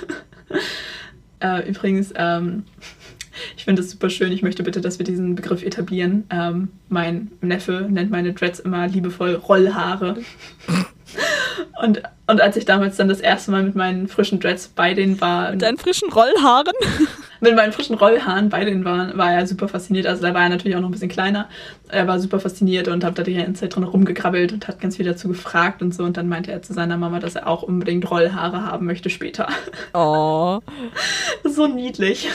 äh, übrigens, ähm, ich finde das super schön. Ich möchte bitte, dass wir diesen Begriff etablieren. Ähm, mein Neffe nennt meine Dreads immer liebevoll Rollhaare. Und, und als ich damals dann das erste Mal mit meinen frischen Dreads bei denen war... Mit deinen frischen Rollhaaren? Mit meinen frischen Rollhaaren bei denen war, war er super fasziniert. Also da war er natürlich auch noch ein bisschen kleiner. Er war super fasziniert und hat da die ganze Zeit drin rumgekrabbelt und hat ganz viel dazu gefragt und so. Und dann meinte er zu seiner Mama, dass er auch unbedingt Rollhaare haben möchte später. Oh. So niedlich.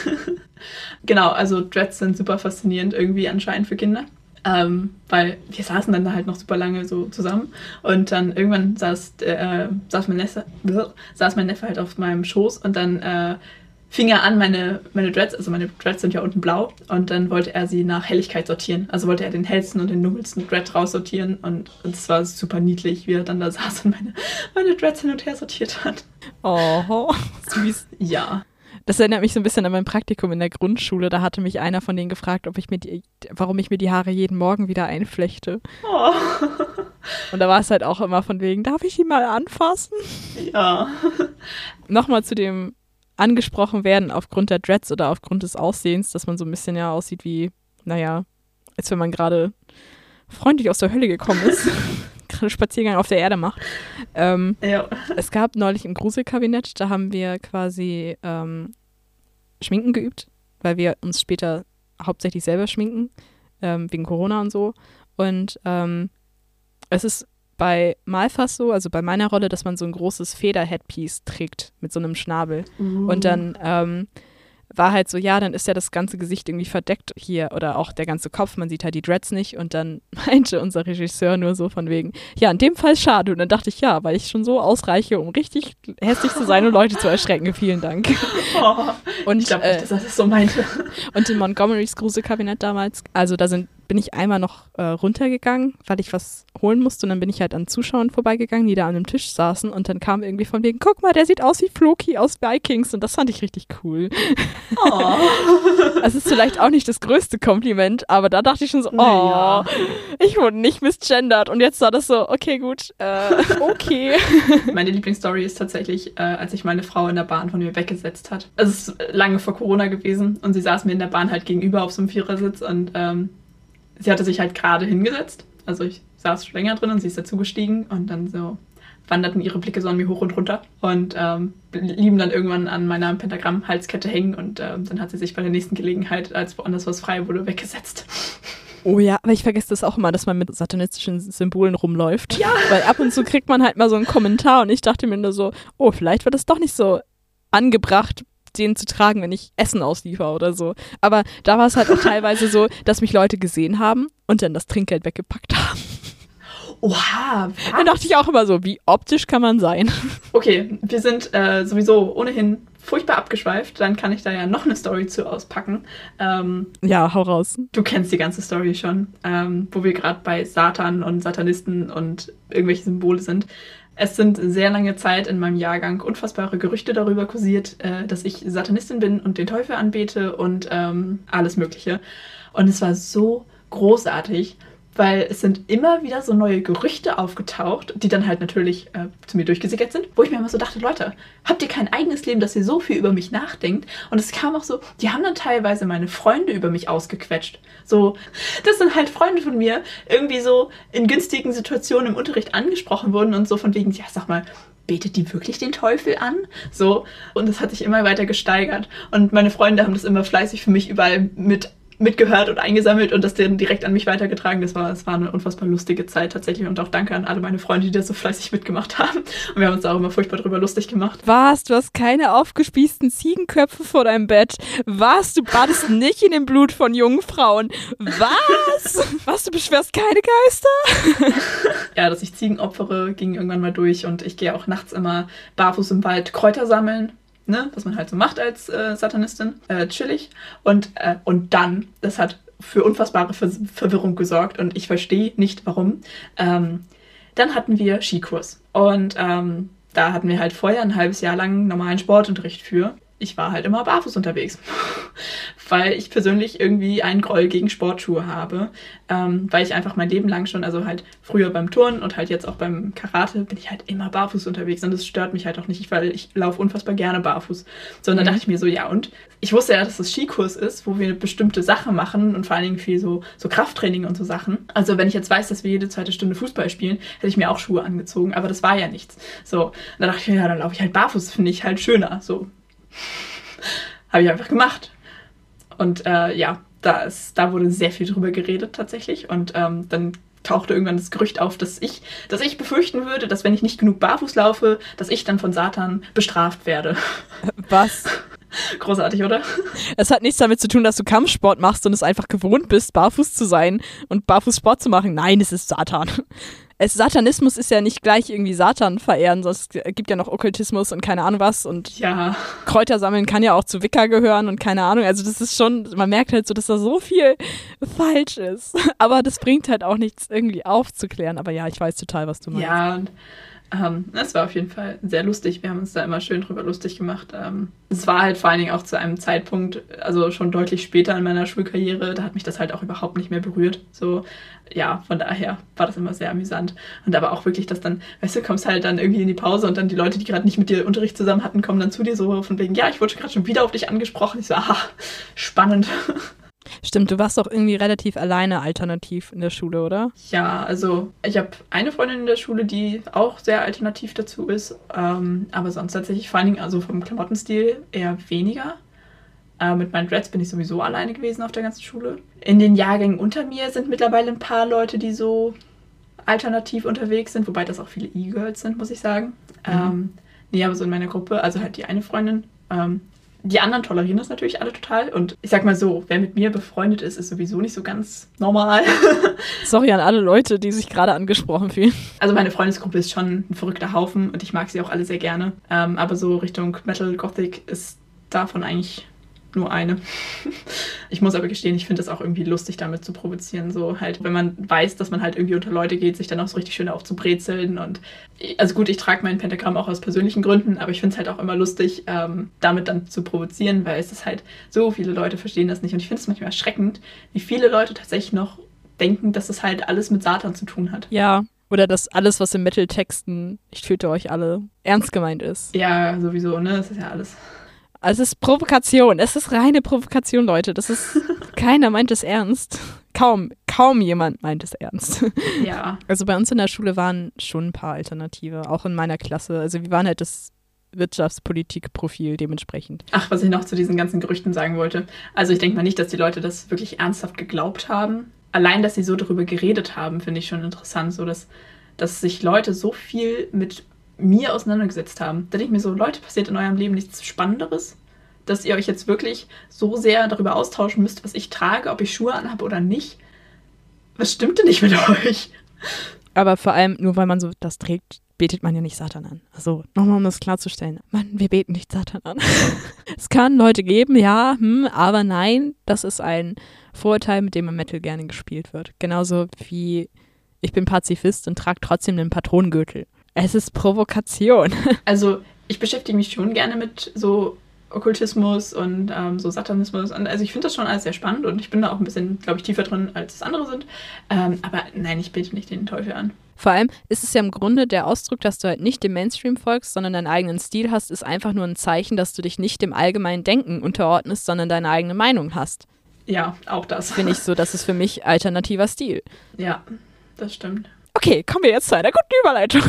Genau, also Dreads sind super faszinierend irgendwie anscheinend für Kinder. Ähm, weil wir saßen dann da halt noch super lange so zusammen und dann irgendwann saß, äh, saß, mein, Neffe, saß mein Neffe halt auf meinem Schoß und dann äh, fing er an, meine, meine Dreads, also meine Dreads sind ja unten blau und dann wollte er sie nach Helligkeit sortieren. Also wollte er den hellsten und den dunkelsten Dread raussortieren und es war super niedlich, wie er dann da saß und meine, meine Dreads hin und her sortiert hat. Oh, süß. Ja. Das erinnert mich so ein bisschen an mein Praktikum in der Grundschule. Da hatte mich einer von denen gefragt, ob ich mir die, warum ich mir die Haare jeden Morgen wieder einflechte. Oh. Und da war es halt auch immer von wegen, darf ich ihn mal anfassen? Ja. Nochmal zu dem angesprochen werden aufgrund der Dreads oder aufgrund des Aussehens, dass man so ein bisschen ja aussieht wie, naja, als wenn man gerade freundlich aus der Hölle gekommen ist. Gerade Spaziergang auf der Erde macht. Ähm, ja. Es gab neulich im Gruselkabinett, da haben wir quasi ähm, Schminken geübt, weil wir uns später hauptsächlich selber schminken, ähm, wegen Corona und so. Und ähm, es ist bei Malfas so, also bei meiner Rolle, dass man so ein großes Feder-Headpiece trägt mit so einem Schnabel. Uh. Und dann ähm, war halt so, ja, dann ist ja das ganze Gesicht irgendwie verdeckt hier oder auch der ganze Kopf, man sieht halt die Dreads nicht und dann meinte unser Regisseur nur so von wegen, ja, in dem Fall schade und dann dachte ich, ja, weil ich schon so ausreiche, um richtig hässlich zu sein und Leute zu erschrecken, vielen Dank. Oh, und, ich glaube nicht, äh, dass er das so meinte. Und in Montgomerys Gruselkabinett damals, also da sind bin ich einmal noch äh, runtergegangen, weil ich was holen musste und dann bin ich halt an Zuschauern vorbeigegangen, die da an einem Tisch saßen und dann kam irgendwie von wegen, guck mal, der sieht aus wie Floki aus Vikings und das fand ich richtig cool. Oh. Das ist vielleicht auch nicht das größte Kompliment, aber da dachte ich schon so, oh, naja. Ich wurde nicht misgendert und jetzt war das so, okay, gut, äh, okay. Meine Lieblingsstory ist tatsächlich, äh, als sich meine Frau in der Bahn von mir weggesetzt hat. Es ist lange vor Corona gewesen und sie saß mir in der Bahn halt gegenüber auf so einem Vierersitz und ähm, sie hatte sich halt gerade hingesetzt. Also ich saß schon länger drin und sie ist dazugestiegen und dann so wanderten ihre Blicke so an mir hoch und runter und ähm, blieben dann irgendwann an meiner Pentagramm-Halskette hängen und ähm, dann hat sie sich bei der nächsten Gelegenheit, als woanders was frei wurde, weggesetzt. Oh ja, aber ich vergesse das auch immer, dass man mit satanistischen Symbolen rumläuft. Ja. Weil ab und zu kriegt man halt mal so einen Kommentar und ich dachte mir nur so, oh, vielleicht wird das doch nicht so angebracht, den zu tragen, wenn ich Essen ausliefer oder so. Aber da war es halt auch teilweise so, dass mich Leute gesehen haben und dann das Trinkgeld weggepackt haben. Oha, was? Dann dachte ich auch immer so, wie optisch kann man sein? Okay, wir sind äh, sowieso ohnehin furchtbar abgeschweift. Dann kann ich da ja noch eine Story zu auspacken. Ähm, ja, hau raus. Du kennst die ganze Story schon, ähm, wo wir gerade bei Satan und Satanisten und irgendwelche Symbole sind. Es sind sehr lange Zeit in meinem Jahrgang unfassbare Gerüchte darüber kursiert, äh, dass ich Satanistin bin und den Teufel anbete und ähm, alles Mögliche. Und es war so großartig, weil es sind immer wieder so neue Gerüchte aufgetaucht, die dann halt natürlich äh, zu mir durchgesickert sind, wo ich mir immer so dachte, Leute, habt ihr kein eigenes Leben, dass ihr so viel über mich nachdenkt? Und es kam auch so, die haben dann teilweise meine Freunde über mich ausgequetscht. So, das sind halt Freunde von mir, irgendwie so in günstigen Situationen im Unterricht angesprochen wurden und so von wegen, ja, sag mal, betet die wirklich den Teufel an? So, und das hat sich immer weiter gesteigert. Und meine Freunde haben das immer fleißig für mich überall mit mitgehört und eingesammelt und das dann direkt an mich weitergetragen. Das war, das war eine unfassbar lustige Zeit tatsächlich und auch danke an alle meine Freunde, die das so fleißig mitgemacht haben. Und wir haben uns da auch immer furchtbar drüber lustig gemacht. Was? Du hast keine aufgespießten Ziegenköpfe vor deinem Bett? Was? Du badest nicht in dem Blut von jungen Frauen? Was? Was? Du beschwörst keine Geister? Ja, dass ich Ziegen opfere, ging irgendwann mal durch und ich gehe auch nachts immer barfuß im Wald Kräuter sammeln. Ne, was man halt so macht als äh, Satanistin, äh, chillig. Und, äh, und dann, das hat für unfassbare Ver- Verwirrung gesorgt und ich verstehe nicht, warum. Ähm, dann hatten wir Skikurs und ähm, da hatten wir halt vorher ein halbes Jahr lang normalen Sportunterricht für. Ich war halt immer barfuß unterwegs, weil ich persönlich irgendwie einen Groll gegen Sportschuhe habe, ähm, weil ich einfach mein Leben lang schon, also halt früher beim Turnen und halt jetzt auch beim Karate, bin ich halt immer barfuß unterwegs und das stört mich halt auch nicht, weil ich laufe unfassbar gerne barfuß. So, und dann dachte ich mir so, ja und? Ich wusste ja, dass das Skikurs ist, wo wir eine bestimmte Sache machen und vor allen Dingen viel so, so Krafttraining und so Sachen. Also wenn ich jetzt weiß, dass wir jede zweite Stunde Fußball spielen, hätte ich mir auch Schuhe angezogen, aber das war ja nichts. So, und dann dachte ich mir, ja, dann laufe ich halt barfuß, finde ich halt schöner, so. Habe ich einfach gemacht. Und äh, ja, da, ist, da wurde sehr viel drüber geredet tatsächlich. Und ähm, dann tauchte irgendwann das Gerücht auf, dass ich, dass ich befürchten würde, dass wenn ich nicht genug barfuß laufe, dass ich dann von Satan bestraft werde. Was? Großartig, oder? Es hat nichts damit zu tun, dass du Kampfsport machst und es einfach gewohnt bist, barfuß zu sein und barfuß Sport zu machen. Nein, es ist Satan. Es, Satanismus ist ja nicht gleich irgendwie Satan verehren, sondern es gibt ja noch Okkultismus und keine Ahnung was und ja. Kräuter sammeln kann ja auch zu Wicca gehören und keine Ahnung, also das ist schon, man merkt halt so, dass da so viel falsch ist, aber das bringt halt auch nichts irgendwie aufzuklären, aber ja, ich weiß total, was du meinst. Ja, und ähm, es war auf jeden Fall sehr lustig, wir haben uns da immer schön drüber lustig gemacht. Ähm, es war halt vor allen Dingen auch zu einem Zeitpunkt, also schon deutlich später in meiner Schulkarriere, da hat mich das halt auch überhaupt nicht mehr berührt, so. Ja, von daher war das immer sehr amüsant. Und aber auch wirklich, dass dann, weißt du, kommst halt dann irgendwie in die Pause und dann die Leute, die gerade nicht mit dir Unterricht zusammen hatten, kommen dann zu dir so von wegen, ja, ich wurde gerade schon wieder auf dich angesprochen. Ich so, aha, spannend. Stimmt, du warst doch irgendwie relativ alleine alternativ in der Schule, oder? Ja, also ich habe eine Freundin in der Schule, die auch sehr alternativ dazu ist. Ähm, aber sonst tatsächlich vor allen Dingen, also vom Klamottenstil eher weniger. Äh, mit meinen Dreads bin ich sowieso alleine gewesen auf der ganzen Schule. In den Jahrgängen unter mir sind mittlerweile ein paar Leute, die so alternativ unterwegs sind, wobei das auch viele E-Girls sind, muss ich sagen. Mhm. Ähm, nee, aber so in meiner Gruppe, also halt die eine Freundin. Ähm, die anderen tolerieren das natürlich alle total. Und ich sag mal so, wer mit mir befreundet ist, ist sowieso nicht so ganz normal. Sorry an alle Leute, die sich gerade angesprochen fühlen. Also meine Freundesgruppe ist schon ein verrückter Haufen und ich mag sie auch alle sehr gerne. Ähm, aber so Richtung Metal Gothic ist davon eigentlich nur eine. Ich muss aber gestehen, ich finde es auch irgendwie lustig, damit zu provozieren. So halt, wenn man weiß, dass man halt irgendwie unter Leute geht, sich dann auch so richtig schön aufzubrezeln. Und also gut, ich trage mein Pentagramm auch aus persönlichen Gründen, aber ich finde es halt auch immer lustig, ähm, damit dann zu provozieren, weil es ist halt, so viele Leute verstehen das nicht. Und ich finde es manchmal erschreckend, wie viele Leute tatsächlich noch denken, dass das halt alles mit Satan zu tun hat. Ja. Oder dass alles, was im Metal-Texten, ich töte euch alle, ernst gemeint ist. Ja, sowieso, ne? Das ist ja alles. Also es ist Provokation. Es ist reine Provokation, Leute. Das ist, keiner meint es ernst. Kaum, kaum jemand meint es ernst. Ja. Also bei uns in der Schule waren schon ein paar Alternative, auch in meiner Klasse. Also wir waren halt das Wirtschaftspolitik-Profil dementsprechend. Ach, was ich noch zu diesen ganzen Gerüchten sagen wollte. Also ich denke mal nicht, dass die Leute das wirklich ernsthaft geglaubt haben. Allein, dass sie so darüber geredet haben, finde ich schon interessant. So, dass, dass sich Leute so viel mit mir auseinandergesetzt haben. Da denke ich mir so, Leute, passiert in eurem Leben nichts Spannenderes? Dass ihr euch jetzt wirklich so sehr darüber austauschen müsst, was ich trage, ob ich Schuhe anhabe oder nicht? Was stimmt denn nicht mit euch? Aber vor allem, nur weil man so das trägt, betet man ja nicht Satan an. Also, nochmal um das klarzustellen. Mann, wir beten nicht Satan an. Es kann Leute geben, ja, hm, aber nein, das ist ein Vorurteil, mit dem im Metal gerne gespielt wird. Genauso wie ich bin Pazifist und trage trotzdem einen Patronengürtel. Es ist Provokation. Also, ich beschäftige mich schon gerne mit so Okkultismus und ähm, so Satanismus. Und also ich finde das schon alles sehr spannend und ich bin da auch ein bisschen, glaube ich, tiefer drin, als es andere sind. Ähm, aber nein, ich bete nicht den Teufel an. Vor allem ist es ja im Grunde der Ausdruck, dass du halt nicht dem Mainstream folgst, sondern deinen eigenen Stil hast, ist einfach nur ein Zeichen, dass du dich nicht dem allgemeinen Denken unterordnest, sondern deine eigene Meinung hast. Ja, auch das. Finde ich so, das ist für mich alternativer Stil. Ja, das stimmt. Okay, kommen wir jetzt zu einer guten Überleitung.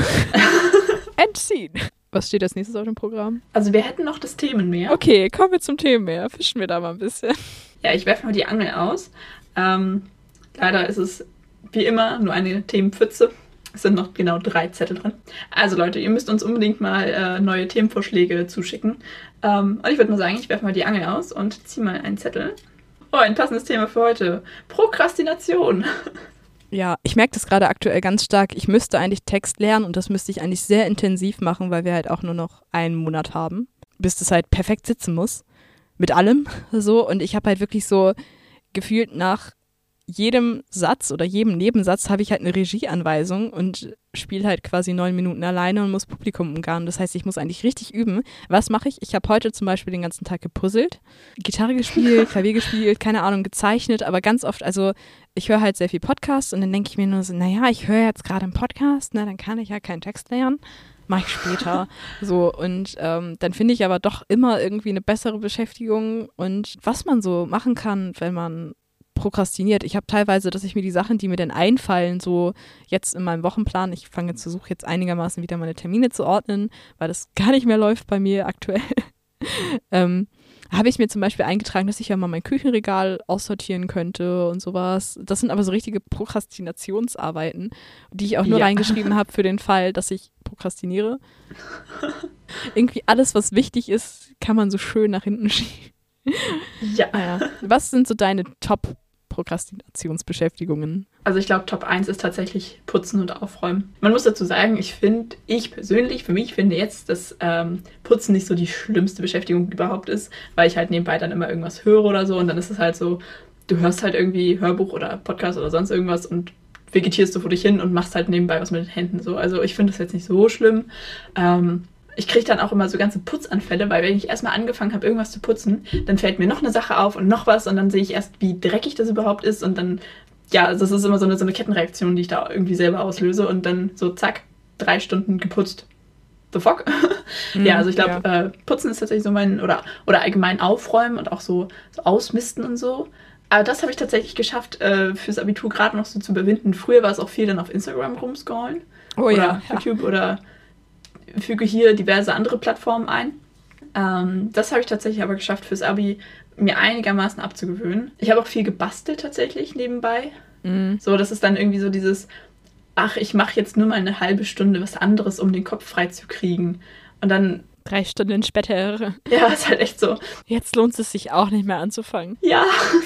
Entziehen. Was steht als nächstes auf dem Programm? Also wir hätten noch das Themenmeer. Okay, kommen wir zum Themenmeer. Fischen wir da mal ein bisschen. Ja, ich werfe mal die Angel aus. Ähm, leider ist es wie immer nur eine Themenpfütze. Es sind noch genau drei Zettel drin. Also Leute, ihr müsst uns unbedingt mal äh, neue Themenvorschläge zuschicken. Ähm, und ich würde mal sagen, ich werfe mal die Angel aus und ziehe mal einen Zettel. Oh, ein passendes Thema für heute. Prokrastination. Ja, ich merke das gerade aktuell ganz stark. Ich müsste eigentlich Text lernen und das müsste ich eigentlich sehr intensiv machen, weil wir halt auch nur noch einen Monat haben, bis das halt perfekt sitzen muss. Mit allem so. Und ich habe halt wirklich so gefühlt nach jedem Satz oder jedem Nebensatz habe ich halt eine Regieanweisung und spiele halt quasi neun Minuten alleine und muss Publikum umgarnen. Das heißt, ich muss eigentlich richtig üben. Was mache ich? Ich habe heute zum Beispiel den ganzen Tag gepuzzelt, Gitarre gespielt, Klavier gespielt, keine Ahnung, gezeichnet, aber ganz oft, also ich höre halt sehr viel Podcasts und dann denke ich mir nur so, naja, ich höre jetzt gerade einen Podcast, ne, dann kann ich ja keinen Text lernen. Mache ich später. So, und ähm, dann finde ich aber doch immer irgendwie eine bessere Beschäftigung und was man so machen kann, wenn man prokrastiniert. Ich habe teilweise, dass ich mir die Sachen, die mir denn einfallen, so jetzt in meinem Wochenplan, ich fange jetzt, versuche jetzt einigermaßen wieder meine Termine zu ordnen, weil das gar nicht mehr läuft bei mir aktuell. ähm, habe ich mir zum Beispiel eingetragen, dass ich ja mal mein Küchenregal aussortieren könnte und sowas. Das sind aber so richtige Prokrastinationsarbeiten, die ich auch nur ja. reingeschrieben habe für den Fall, dass ich prokrastiniere. Irgendwie alles, was wichtig ist, kann man so schön nach hinten schieben. Ja. Naja. Was sind so deine Top-Prokrastinationsbeschäftigungen? Also ich glaube, Top eins ist tatsächlich Putzen und Aufräumen. Man muss dazu sagen, ich finde, ich persönlich, für mich finde jetzt, dass ähm, Putzen nicht so die schlimmste Beschäftigung überhaupt ist, weil ich halt nebenbei dann immer irgendwas höre oder so und dann ist es halt so, du hörst halt irgendwie Hörbuch oder Podcast oder sonst irgendwas und vegetierst du vor dich hin und machst halt nebenbei was mit den Händen so. Also ich finde das jetzt nicht so schlimm. Ähm, Ich kriege dann auch immer so ganze Putzanfälle, weil wenn ich erstmal angefangen habe, irgendwas zu putzen, dann fällt mir noch eine Sache auf und noch was und dann sehe ich erst, wie dreckig das überhaupt ist und dann, ja, das ist immer so eine, so eine Kettenreaktion, die ich da irgendwie selber auslöse und dann so zack, drei Stunden geputzt. The fuck? Mm, ja, also ich glaube, ja. äh, Putzen ist tatsächlich so mein, oder, oder allgemein aufräumen und auch so, so ausmisten und so. Aber das habe ich tatsächlich geschafft, äh, fürs Abitur gerade noch so zu überwinden. Früher war es auch viel dann auf Instagram rumscrollen. Oh oder ja. YouTube ja. oder füge hier diverse andere Plattformen ein. Ähm, das habe ich tatsächlich aber geschafft, fürs Abi mir einigermaßen abzugewöhnen. Ich habe auch viel gebastelt tatsächlich nebenbei. Mm. So, das ist dann irgendwie so dieses, ach, ich mache jetzt nur mal eine halbe Stunde was anderes, um den Kopf frei zu kriegen. Und dann... Drei Stunden später. Ja, ist halt echt so. Jetzt lohnt es sich auch nicht mehr anzufangen. Ja,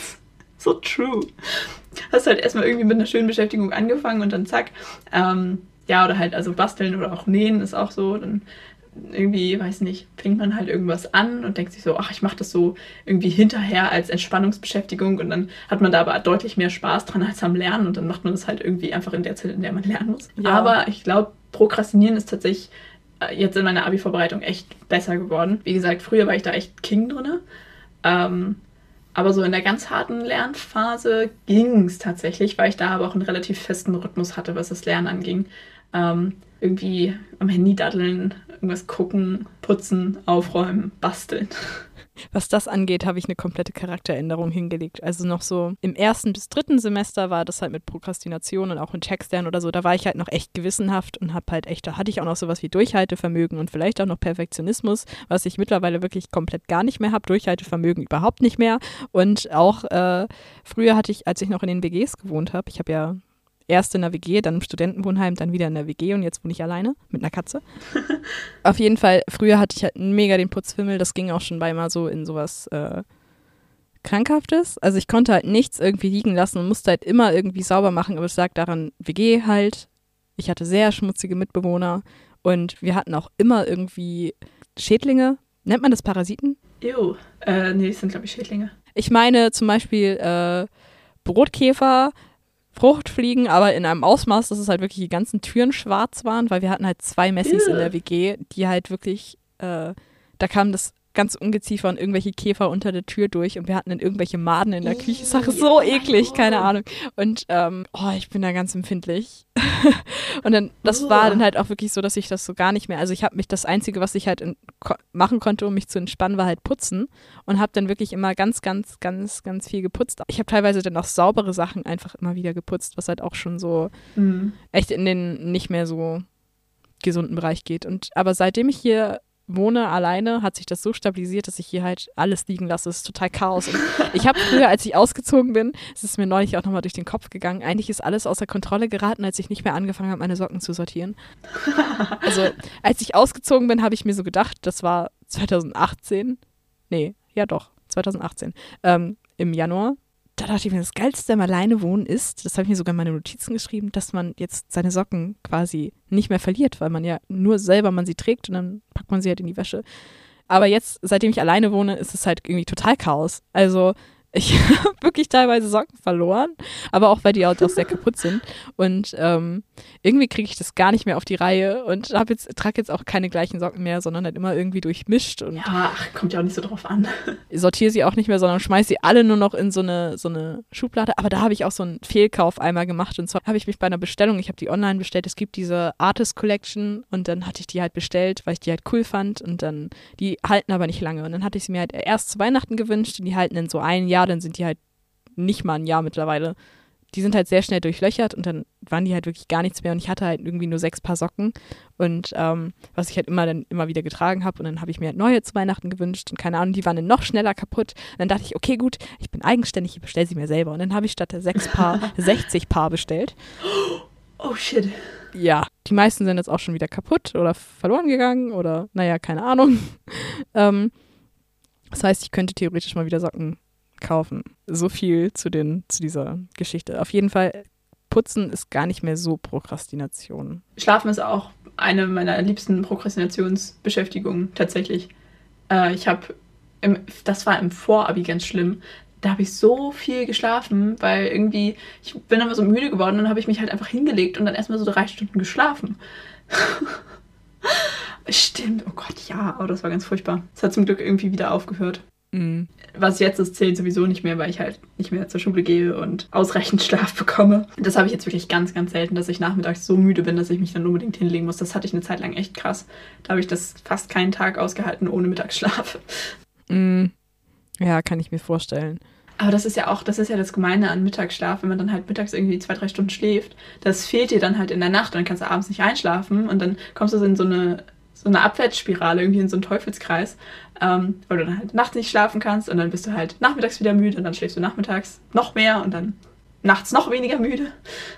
so true. Hast halt erstmal irgendwie mit einer schönen Beschäftigung angefangen und dann zack. Ähm, Ja, oder halt, also basteln oder auch nähen ist auch so. Dann irgendwie, weiß nicht, fängt man halt irgendwas an und denkt sich so, ach, ich mache das so irgendwie hinterher als Entspannungsbeschäftigung und dann hat man da aber deutlich mehr Spaß dran als am Lernen und dann macht man das halt irgendwie einfach in der Zeit, in der man lernen muss. Ja. Aber ich glaube, Prokrastinieren ist tatsächlich jetzt in meiner Abi-Vorbereitung echt besser geworden. Wie gesagt, früher war ich da echt King drin. Ähm, aber so in der ganz harten Lernphase ging es tatsächlich, weil ich da aber auch einen relativ festen Rhythmus hatte, was das Lernen anging. Ähm, irgendwie am Handy daddeln, irgendwas gucken, putzen, aufräumen, basteln. Was das angeht, habe ich eine komplette Charakteränderung hingelegt. Also noch so im ersten bis dritten Semester war das halt mit Prokrastination und auch in Textlernen oder so, da war ich halt noch echt gewissenhaft und habe halt echt, da hatte ich auch noch sowas wie Durchhaltevermögen und vielleicht auch noch Perfektionismus, was ich mittlerweile wirklich komplett gar nicht mehr habe. Durchhaltevermögen überhaupt nicht mehr. Und auch äh, früher hatte ich, als ich noch in den W Gs gewohnt habe, ich habe ja erst in der W G, dann im Studentenwohnheim, dann wieder in der W G und jetzt wohne ich alleine mit einer Katze. Auf jeden Fall, früher hatte ich halt mega den Putzfimmel, das ging auch schon bei mal so in sowas äh, Krankhaftes. Also ich konnte halt nichts irgendwie liegen lassen und musste halt immer irgendwie sauber machen, aber es lag daran, W G halt, Ich hatte sehr schmutzige Mitbewohner und wir hatten auch immer irgendwie Schädlinge. Nennt man das Parasiten? Ew. Äh, nee, das sind, glaube ich, Schädlinge. Ich meine zum Beispiel äh, Brotkäfer, Fruchtfliegen, aber in einem Ausmaß, dass es halt wirklich die ganzen Türen schwarz waren, weil wir hatten halt zwei Messis Ew. in der W G, die halt wirklich, äh, da kam das ganz Ungeziefer und irgendwelche Käfer unter der Tür durch und wir hatten dann irgendwelche Maden in der Küche. Sache so eklig, keine Ahnung. Und ähm, oh, ich bin da ganz empfindlich. Und dann, das Oh. war dann halt auch wirklich so, dass ich das so gar nicht mehr, also ich habe mich, das Einzige, was ich halt in, ko- machen konnte, um mich zu entspannen, war halt putzen und habe dann wirklich immer ganz, ganz, ganz, ganz viel geputzt. Ich habe teilweise dann auch saubere Sachen einfach immer wieder geputzt, was halt auch schon so Mhm. echt in den nicht mehr so gesunden Bereich geht. Und aber seitdem ich hier wohne alleine, hat sich das so stabilisiert, dass ich hier halt alles liegen lasse. Es ist total Chaos. Und ich habe früher, als ich ausgezogen bin, es ist mir neulich auch nochmal durch den Kopf gegangen, eigentlich ist alles außer Kontrolle geraten, als ich nicht mehr angefangen habe, meine Socken zu sortieren. Also, als ich ausgezogen bin, habe ich mir so gedacht, das war zwanzig achtzehn, nee, ja doch, zwanzig achtzehn, ähm, im Januar. Da dachte ich mir, das Geilste am alleine wohnen ist, das habe ich mir sogar in meine Notizen geschrieben, dass man jetzt seine Socken quasi nicht mehr verliert, weil man ja nur selber man sie trägt und dann packt man sie halt in die Wäsche. Aber jetzt, seitdem ich alleine wohne, ist es halt irgendwie total Chaos. Also ich habe wirklich teilweise Socken verloren, aber auch, weil die halt auch sehr kaputt sind. Und ähm, irgendwie kriege ich das gar nicht mehr auf die Reihe und hab jetzt, trage jetzt auch keine gleichen Socken mehr, sondern halt immer irgendwie durchmischt und Ja, ach, kommt ja auch nicht so drauf an. sortiere sie auch nicht mehr, sondern schmeiße sie alle nur noch in so eine, so eine Schublade. Aber da habe ich auch so einen Fehlkauf einmal gemacht. Und zwar habe ich mich bei einer Bestellung, ich habe die online bestellt, es gibt diese Artist Collection und dann hatte ich die halt bestellt, weil ich die halt cool fand und dann, die halten aber nicht lange. Und dann hatte ich sie mir halt erst zu Weihnachten gewünscht und die halten dann so ein Jahr, dann sind die halt nicht mal ein Jahr mittlerweile. Die sind halt sehr schnell durchlöchert und dann waren die halt wirklich gar nichts mehr und ich hatte halt irgendwie nur sechs Paar Socken und ähm, was ich halt immer dann immer wieder getragen habe und dann habe ich mir halt neue zu Weihnachten gewünscht und keine Ahnung, die waren dann noch schneller kaputt. Und dann dachte ich, okay, gut, ich bin eigenständig, ich bestelle sie mir selber und dann habe ich statt der sechs Paar sechzig Paar bestellt. Oh shit. Ja, die meisten sind jetzt auch schon wieder kaputt oder verloren gegangen oder naja, keine Ahnung. ähm, das heißt, ich könnte theoretisch mal wieder Socken kaufen. So viel zu, den, zu dieser Geschichte. Auf jeden Fall, Putzen ist gar nicht mehr so Prokrastination. Schlafen ist auch eine meiner liebsten Prokrastinationsbeschäftigungen tatsächlich. Äh, ich habe, das war im Vorabi ganz schlimm, da habe ich so viel geschlafen, weil irgendwie, ich bin immer so müde geworden und dann habe ich mich halt einfach hingelegt und dann erstmal so drei Stunden geschlafen. Stimmt, oh Gott, ja, oh, das war ganz furchtbar. Es hat zum Glück irgendwie wieder aufgehört. Mhm. Was jetzt ist, zählt sowieso nicht mehr, weil ich halt nicht mehr zur Schule gehe und ausreichend Schlaf bekomme. Das habe ich jetzt wirklich ganz, ganz selten, dass ich nachmittags so müde bin, dass ich mich dann unbedingt hinlegen muss. Das hatte ich eine Zeit lang echt krass. Da habe ich das fast keinen Tag ausgehalten ohne Mittagsschlaf. Mhm. Ja, kann ich mir vorstellen. Aber das ist ja auch, das ist ja das Gemeine an Mittagsschlaf, wenn man dann halt mittags irgendwie zwei, drei Stunden schläft. Das fehlt dir dann halt in der Nacht und dann kannst du abends nicht einschlafen und dann kommst du in so eine, so eine Abwärtsspirale, irgendwie in so einen Teufelskreis, ähm, weil du dann halt nachts nicht schlafen kannst und dann bist du halt nachmittags wieder müde und dann schläfst du nachmittags noch mehr und dann nachts noch weniger müde.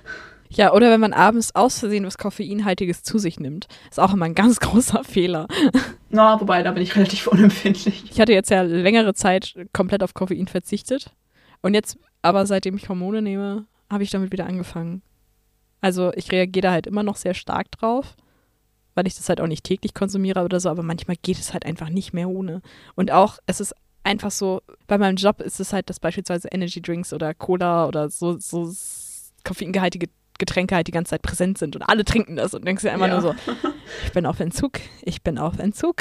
Ja, oder wenn man abends aus Versehen was Koffeinhaltiges zu sich nimmt. Ist auch immer ein ganz großer Fehler. Na, no, wobei, da bin ich relativ unempfindlich. Ich hatte jetzt ja längere Zeit komplett auf Koffein verzichtet. Und jetzt, aber seitdem ich Hormone nehme, habe ich damit wieder angefangen. Also ich reagiere da halt immer noch sehr stark drauf, weil ich das halt auch nicht täglich konsumiere oder so, aber manchmal geht es halt einfach nicht mehr ohne. Und auch, es ist einfach so, bei meinem Job ist es halt, dass beispielsweise Energy Drinks oder Cola oder so, so koffeingehaltige Getränke halt die ganze Zeit präsent sind und alle trinken das und denkst dir einfach ja. nur so, ich bin auf Entzug, ich bin auf Entzug.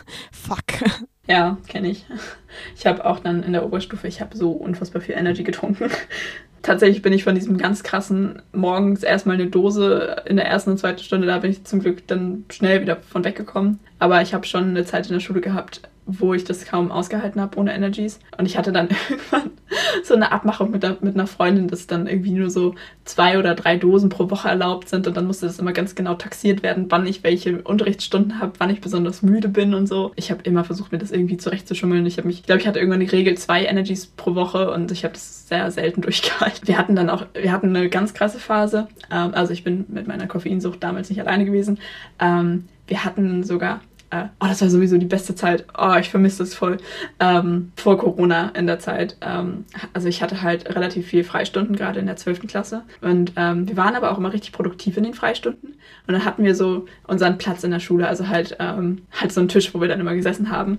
Fuck. Ja, kenne ich. Ich habe auch dann in der Oberstufe, ich habe so unfassbar viel Energy getrunken. Tatsächlich bin ich von diesem ganz krassen morgens erstmal eine Dose in der ersten und zweiten Stunde, da bin ich zum Glück dann schnell wieder von weggekommen. Aber ich habe schon eine Zeit in der Schule gehabt, wo ich das kaum ausgehalten habe ohne Energies. Und ich hatte dann irgendwann so eine Abmachung mit, der, mit einer Freundin, dass dann irgendwie nur so zwei oder drei Dosen pro Woche erlaubt sind. Und dann musste das immer ganz genau taxiert werden, wann ich welche Unterrichtsstunden habe, wann ich besonders müde bin und so. Ich habe immer versucht, mir das irgendwie zurechtzuschummeln. Ich habe mich, ich glaube, ich hatte irgendwann die Regel zwei Energies pro Woche und ich habe das sehr selten durchgehalten. Wir hatten dann auch, wir hatten eine ganz krasse Phase. Ähm, also ich bin mit meiner Koffeinsucht damals nicht alleine gewesen. Ähm, wir hatten sogar äh, oh, das war sowieso die beste Zeit. Oh, ich vermisse das voll. Ähm, vor Corona in der Zeit. Ähm, also ich hatte halt relativ viel Freistunden, gerade in der zwölften Klasse. Und ähm, wir waren aber auch immer richtig produktiv in den Freistunden. Und dann hatten wir so unseren Platz in der Schule, also halt, ähm, halt so einen Tisch, wo wir dann immer gesessen haben.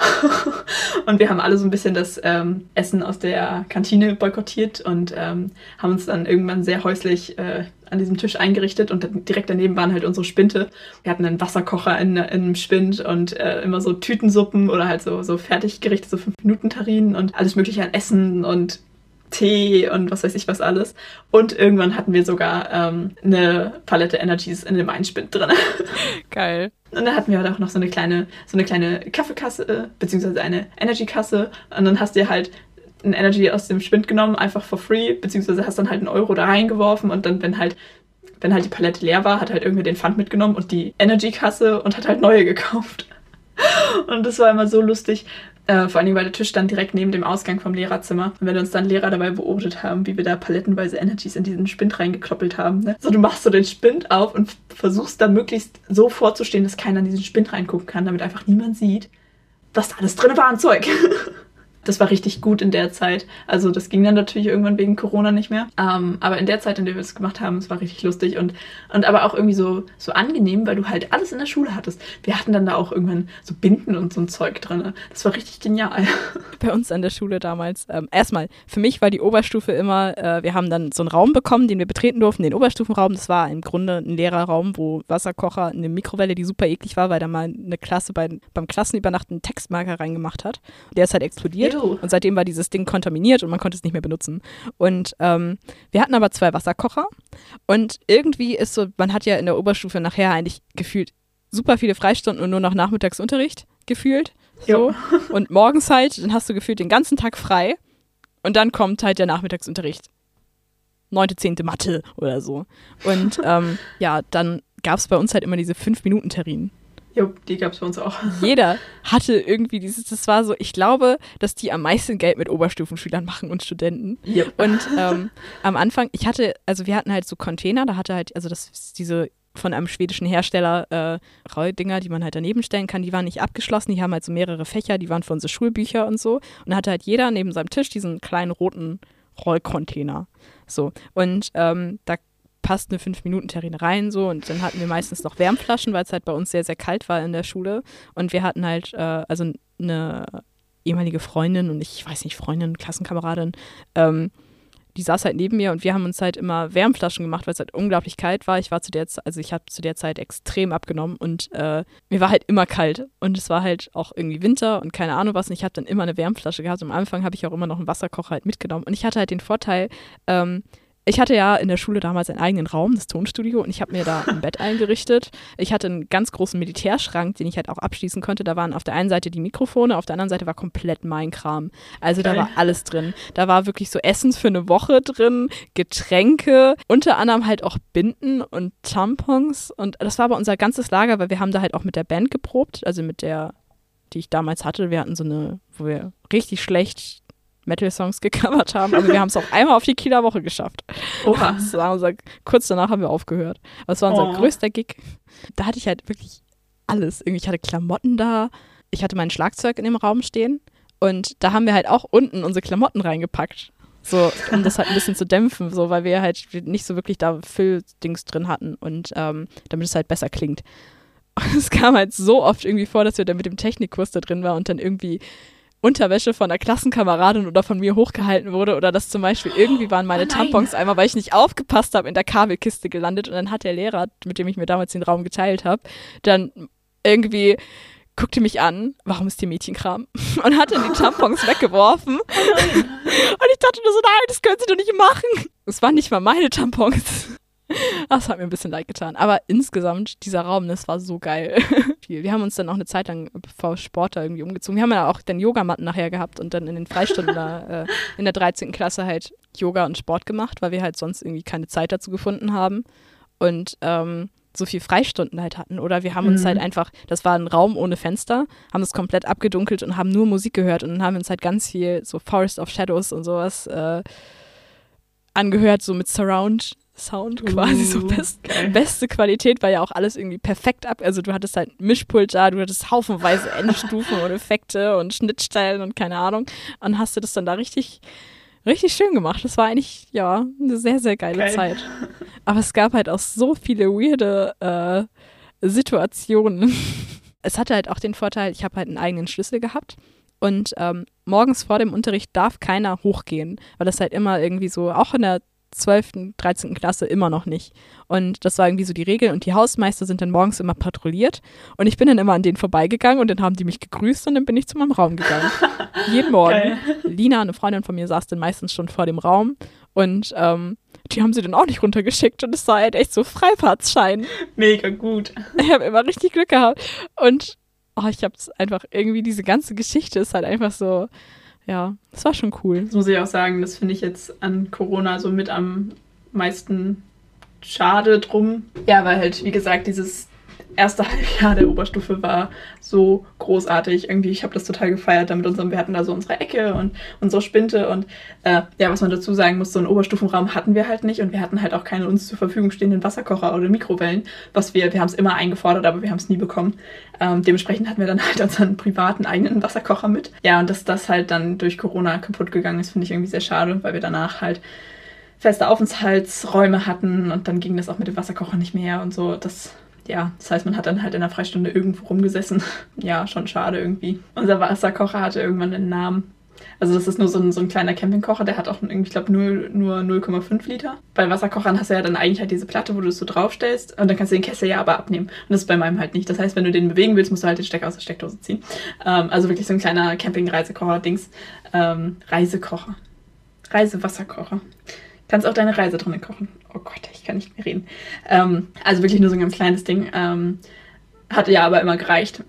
Und wir haben alle so ein bisschen das ähm, Essen aus der Kantine boykottiert und ähm, haben uns dann irgendwann sehr häuslich äh, an diesem Tisch eingerichtet und direkt daneben waren halt unsere Spinte. Wir hatten einen Wasserkocher in, in einem Spind und äh, immer so Tütensuppen oder halt so, so Fertiggerichte, so fünf-Minuten-Terrinen und alles mögliche an Essen und Tee und was weiß ich was alles. Und irgendwann hatten wir sogar ähm, eine Palette Energies in dem einen Spind drin. Geil. Und dann hatten wir halt auch noch so eine kleine, so eine kleine Kaffeekasse, äh, beziehungsweise eine Energy-Kasse. Und dann hast du halt ein Energy aus dem Spind genommen, einfach for free, beziehungsweise hast dann halt einen Euro da reingeworfen und dann, wenn halt, wenn halt die Palette leer war, hat halt irgendwer den Pfand mitgenommen und die Energy-Kasse und hat halt neue gekauft. Und das war immer so lustig, äh, vor allem, weil der Tisch dann direkt neben dem Ausgang vom Lehrerzimmer. Und wenn uns dann Lehrer dabei beobachtet haben, wie wir da palettenweise Energies in diesen Spind reingekloppelt haben. Ne? So, du machst so den Spind auf und versuchst da möglichst so vorzustehen, dass keiner in diesen Spind reingucken kann, damit einfach niemand sieht, was da alles drin war an Zeug. Das war richtig gut in der Zeit. Also das ging dann natürlich irgendwann wegen Corona nicht mehr. Ähm, aber in der Zeit, in der wir es gemacht haben, es war richtig lustig und, und aber auch irgendwie so, so angenehm, weil du halt alles in der Schule hattest. Wir hatten dann da auch irgendwann so Binden und so ein Zeug drin. Das war richtig genial. Bei uns an der Schule damals, ähm, erstmal, für mich war die Oberstufe immer, äh, wir haben dann so einen Raum bekommen, den wir betreten durften, den Oberstufenraum. Das war im Grunde ein leerer Raum, wo Wasserkocher, eine Mikrowelle, die super eklig war, weil da mal eine Klasse bei, beim Klassenübernachten einen Textmarker reingemacht hat. Der ist halt explodiert. Und seitdem war dieses Ding kontaminiert und man konnte es nicht mehr benutzen. Und ähm, wir hatten aber zwei Wasserkocher und irgendwie ist so, man hat ja in der Oberstufe nachher eigentlich gefühlt super viele Freistunden und nur noch Nachmittagsunterricht gefühlt. So. Und morgens halt, dann hast du gefühlt den ganzen Tag frei und dann kommt halt der Nachmittagsunterricht. Neunte, zehnte Mathe oder so. Und ähm, ja, dann gab es bei uns halt immer diese fünf-Minuten-Terrinen. Jo, die gab es bei uns auch. Jeder hatte irgendwie dieses, das war so, ich glaube, dass die am meisten Geld mit Oberstufenschülern machen und Studenten. Yep. Und ähm, am Anfang, ich hatte, also wir hatten halt so Container, da hatte halt, also das ist diese von einem schwedischen Hersteller äh, Rolldinger, die man halt daneben stellen kann, die waren nicht abgeschlossen, die haben halt so mehrere Fächer, die waren für unsere Schulbücher und so. Und da hatte halt jeder neben seinem Tisch diesen kleinen roten Rollcontainer. So. Und ähm, da passt eine fünf-Minuten-Terrine rein so und dann hatten wir meistens noch Wärmflaschen, weil es halt bei uns sehr, sehr kalt war in der Schule und wir hatten halt, äh, also eine ehemalige Freundin und ich, ich weiß nicht, Freundin, Klassenkameradin, ähm, die saß halt neben mir und wir haben uns halt immer Wärmflaschen gemacht, weil es halt unglaublich kalt war. Ich war zu der Zeit, also ich habe zu der Zeit extrem abgenommen und äh, mir war halt immer kalt und es war halt auch irgendwie Winter und keine Ahnung was und ich habe dann immer eine Wärmflasche gehabt und am Anfang habe ich auch immer noch einen Wasserkocher halt mitgenommen und ich hatte halt den Vorteil, ähm, ich hatte ja in der Schule damals einen eigenen Raum, das Tonstudio, und ich habe mir da ein Bett eingerichtet. Ich hatte einen ganz großen Militärschrank, den ich halt auch abschließen konnte. Da waren auf der einen Seite die Mikrofone, auf der anderen Seite war komplett mein Kram. Also da war alles drin. Da war wirklich so Essen für eine Woche drin, Getränke, unter anderem halt auch Binden und Tampons. Und das war aber unser ganzes Lager, weil wir haben da halt auch mit der Band geprobt, also mit der, die ich damals hatte. Wir hatten so eine, wo wir richtig schlecht Metal-Songs gecovert haben, aber wir haben es auch einmal auf die Kieler Woche geschafft. Oha. Das war unser, kurz danach haben wir aufgehört. Aber es war unser oh. größter Gig. Da hatte ich halt wirklich alles. Irgendwie, ich hatte Klamotten da, ich hatte mein Schlagzeug in dem Raum stehen und da haben wir halt auch unten unsere Klamotten reingepackt. So, um das halt ein bisschen zu dämpfen, so, weil wir halt nicht so wirklich da Füll-Dings drin hatten und ähm, damit es halt besser klingt. Und es kam halt so oft irgendwie vor, dass wir da mit dem Technikkurs da drin waren und dann irgendwie Unterwäsche von einer Klassenkameradin oder von mir hochgehalten wurde oder dass zum Beispiel irgendwie waren meine oh Tampons einmal, weil ich nicht aufgepasst habe, in der Kabelkiste gelandet und dann hat der Lehrer, mit dem ich mir damals den Raum geteilt habe, dann irgendwie guckte mich an, warum ist hier Mädchenkram? Und hat dann die Tampons weggeworfen. Oh und ich dachte nur so, nein, das können Sie doch nicht machen. Es waren nicht mal meine Tampons. Das hat mir ein bisschen leid getan. Aber insgesamt, dieser Raum, das war so geil. Wir haben uns dann auch eine Zeit lang vor Sport da irgendwie umgezogen. Wir haben ja auch dann Yogamatten nachher gehabt und dann in den Freistunden da, äh, in der dreizehnten Klasse halt Yoga und Sport gemacht, weil wir halt sonst irgendwie keine Zeit dazu gefunden haben und ähm, so viel Freistunden halt hatten. Oder wir haben uns mhm. halt einfach, das war ein Raum ohne Fenster, haben es komplett abgedunkelt und haben nur Musik gehört und dann haben wir uns halt ganz viel so Forest of Shadows und sowas äh, angehört, so mit Surround Sound quasi, so Uh, best, geil. beste Qualität, weil ja auch alles irgendwie perfekt ab, also du hattest halt ein Mischpult da, du hattest haufenweise Endstufen und Effekte und Schnittstellen und keine Ahnung und hast du das dann da richtig, richtig schön gemacht. Das war eigentlich, ja, eine sehr, sehr geile Geil. Zeit. Aber es gab halt auch so viele weirde äh, Situationen. Es hatte halt auch den Vorteil, ich habe halt einen eigenen Schlüssel gehabt und ähm, morgens vor dem Unterricht darf keiner hochgehen, weil das halt immer irgendwie so, auch in der zwölften, dreizehnten Klasse immer noch nicht. Und das war irgendwie so die Regel und die Hausmeister sind dann morgens immer patrouilliert und ich bin dann immer an denen vorbeigegangen und dann haben die mich gegrüßt und dann bin ich zu meinem Raum gegangen. Jeden Morgen. Geil. Lina, eine Freundin von mir, saß dann meistens schon vor dem Raum und ähm, die haben sie dann auch nicht runtergeschickt und es war halt echt so Freifahrtschein. Mega gut. Ich habe immer richtig Glück gehabt und oh, ich habe es einfach irgendwie, diese ganze Geschichte ist halt einfach so, ja, das war schon cool. Das muss ich auch sagen, das finde ich jetzt an Corona so mit am meisten schade drum. Ja, weil halt, wie gesagt, dieses erste Halbjahr der Oberstufe war so großartig. Irgendwie, ich habe das total gefeiert da mit unserem, wir hatten da so unsere Ecke und unsere Spinte und äh, ja, was man dazu sagen muss, so einen Oberstufenraum hatten wir halt nicht und wir hatten halt auch keine uns zur Verfügung stehenden Wasserkocher oder Mikrowellen, was wir, wir haben es immer eingefordert, aber wir haben es nie bekommen. Ähm, dementsprechend hatten wir dann halt unseren privaten eigenen Wasserkocher mit. Ja, und dass das halt dann durch Corona kaputt gegangen ist, finde ich irgendwie sehr schade, weil wir danach halt feste Aufenthaltsräume hatten und dann ging das auch mit dem Wasserkocher nicht mehr und so. Das, ja, das heißt, man hat dann halt in der Freistunde irgendwo rumgesessen. Ja, schon schade irgendwie. Unser Wasserkocher hatte irgendwann einen Namen. Also das ist nur so ein, so ein kleiner Campingkocher, der hat auch irgendwie, ich glaube, nur, nur null Komma fünf Liter. Bei Wasserkochern hast du ja dann eigentlich halt diese Platte, wo du es so draufstellst und dann kannst du den Kessel ja aber abnehmen. Und das ist bei meinem halt nicht. Das heißt, wenn du den bewegen willst, musst du halt den Stecker aus der Steckdose ziehen. Ähm, also wirklich so ein kleiner Camping-Reisekocher-Dings. Ähm, Reisekocher. Reisewasserkocher. Kannst auch deine Reise drinnen kochen. Oh Gott, ich kann nicht mehr reden. Ähm, also wirklich nur so ein ganz kleines Ding. Ähm, hatte ja aber immer gereicht.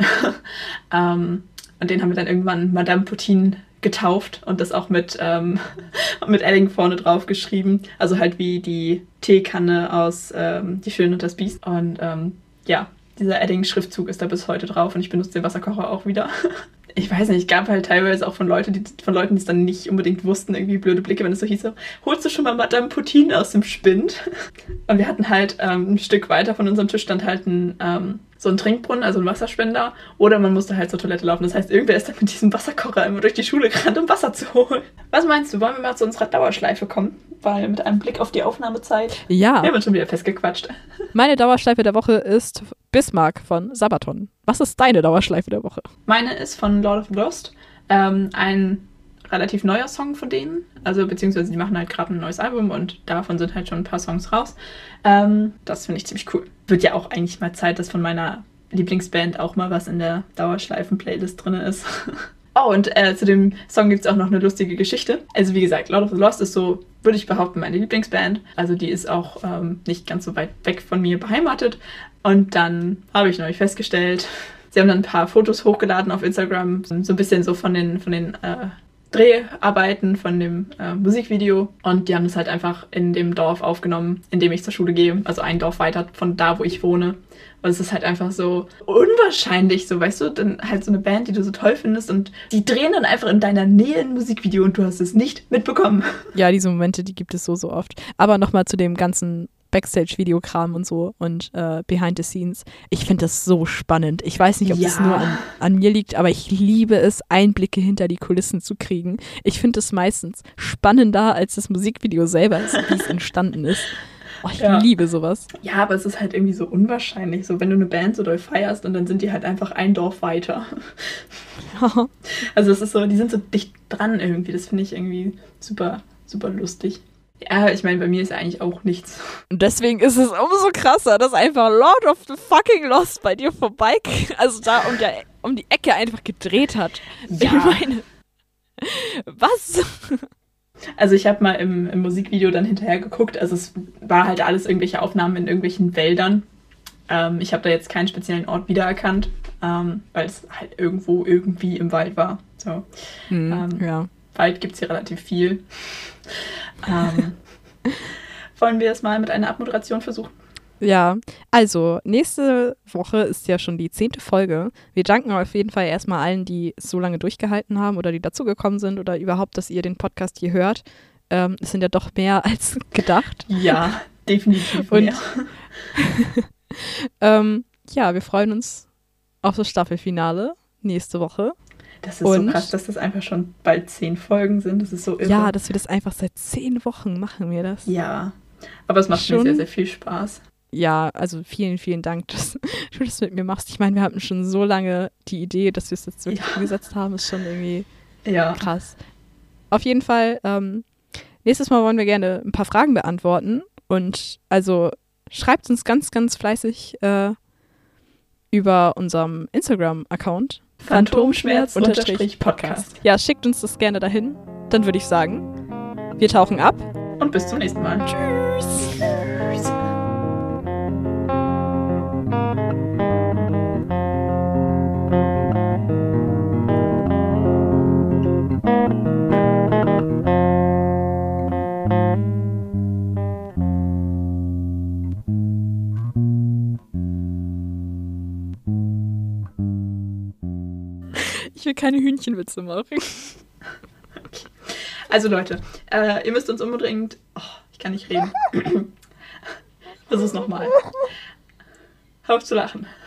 ähm, und den haben wir dann irgendwann Madame Poutine getauft und das auch mit, ähm, mit Edding vorne drauf geschrieben. Also halt wie die Teekanne aus ähm, Die Schöne und das Biest. Und ähm, ja, dieser Edding-Schriftzug ist da bis heute drauf und ich benutze den Wasserkocher auch wieder. Ich weiß nicht, es gab halt teilweise auch von, Leute, die, von Leuten, die es dann nicht unbedingt wussten, irgendwie blöde Blicke, wenn es so hieß, so, holst du schon mal Madame Poutine aus dem Spind? Und wir hatten halt ähm, ein Stück weiter von unserem Tisch stand halt ein, ähm, so ein Trinkbrunnen, also ein Wasserspender, oder man musste halt zur Toilette laufen. Das heißt, irgendwer ist dann mit diesem Wasserkocher immer durch die Schule gerannt, um Wasser zu holen. Was meinst du, wollen wir mal zu unserer Dauerschleife kommen? Weil mit einem Blick auf die Aufnahmezeit, Ja. wir haben uns schon wieder festgequatscht. Meine Dauerschleife der Woche ist Bismarck von Sabaton. Was ist deine Dauerschleife der Woche? Meine ist von Lord of the Lost, ähm, ein relativ neuer Song von denen, also beziehungsweise die machen halt gerade ein neues Album und davon sind halt schon ein paar Songs raus. Ähm, das finde ich ziemlich cool. Wird ja auch eigentlich mal Zeit, dass von meiner Lieblingsband auch mal was in der Dauerschleifen-Playlist drin ist. Oh, und äh, zu dem Song gibt es auch noch eine lustige Geschichte. Also wie gesagt, Lord of the Lost ist so, würde ich behaupten, meine Lieblingsband. Also die ist auch ähm, nicht ganz so weit weg von mir beheimatet. Und dann habe ich neulich festgestellt, sie haben dann ein paar Fotos hochgeladen auf Instagram, so ein bisschen so von den, von den äh, Dreharbeiten von dem äh, Musikvideo. Und die haben das halt einfach in dem Dorf aufgenommen, in dem ich zur Schule gehe. Also ein Dorf weiter von da, wo ich wohne. Und es ist halt einfach so unwahrscheinlich, so, weißt du, dann halt so eine Band, die du so toll findest und die drehen dann einfach in deiner Nähe ein Musikvideo und du hast es nicht mitbekommen. Ja, diese Momente, die gibt es so, so oft. Aber nochmal zu dem ganzen Backstage-Videokram und so und äh, Behind the Scenes. Ich finde das so spannend. Ich weiß nicht, ob Ja. das nur an, an mir liegt, aber ich liebe es, Einblicke hinter die Kulissen zu kriegen. Ich finde es meistens spannender, als das Musikvideo selber ist, wie es entstanden ist. Oh, ich Ja. liebe sowas. Ja, aber es ist halt irgendwie so unwahrscheinlich, so wenn du eine Band so doll feierst und dann sind die halt einfach ein Dorf weiter. Also es ist so, die sind so dicht dran irgendwie, das finde ich irgendwie super, super lustig. Ja, ich meine, bei mir ist ja eigentlich auch nichts. Und deswegen ist es umso krasser, dass einfach Lord of the fucking Lost bei dir vorbei, also da um, der, um die Ecke einfach gedreht hat. Ja. Ich meine, was? Also ich habe mal im, im Musikvideo dann hinterher geguckt, also es war halt alles irgendwelche Aufnahmen in irgendwelchen Wäldern. Ähm, ich habe da jetzt keinen speziellen Ort wiedererkannt, ähm, weil es halt irgendwo irgendwie im Wald war. So. Hm, Ähm, ja. Wald gibt es hier relativ viel. ähm, wollen wir es mal mit einer Abmoderation versuchen? Ja, also nächste Woche ist ja schon die zehnte Folge. Wir danken auf jeden Fall erstmal allen, die so lange durchgehalten haben oder die dazugekommen sind oder überhaupt, dass ihr den Podcast hier hört. Ähm, es sind ja doch mehr als gedacht. Ja, Definitiv Und mehr. ähm, ja, wir freuen uns auf das Staffelfinale nächste Woche. Das ist Und- so krass, dass das einfach schon bald zehn Folgen sind. Das ist so irre. Ja, dass wir das einfach seit zehn Wochen machen wir das. Ja. Aber es macht mir Schon- sehr, sehr viel Spaß. Ja, also vielen, vielen Dank, dass du das mit mir machst. Ich meine, wir hatten schon so lange die Idee, dass wir es jetzt wirklich Ja. umgesetzt haben, ist schon irgendwie Ja. krass. Auf jeden Fall, ähm, nächstes Mal wollen wir gerne ein paar Fragen beantworten. Und also schreibt uns ganz, ganz fleißig äh, über unserem Instagram-Account. Phantomschmerz-Podcast. Ja, schickt uns das gerne dahin. Dann würde ich sagen, wir tauchen ab. Und bis zum nächsten Mal. Tschüss. Tschüss. Ich will keine Hühnchenwitze machen. Also Leute, äh, ihr müsst uns unbedingt... Oh, ich kann nicht reden. Versuch's nochmal. Hör auf zu lachen.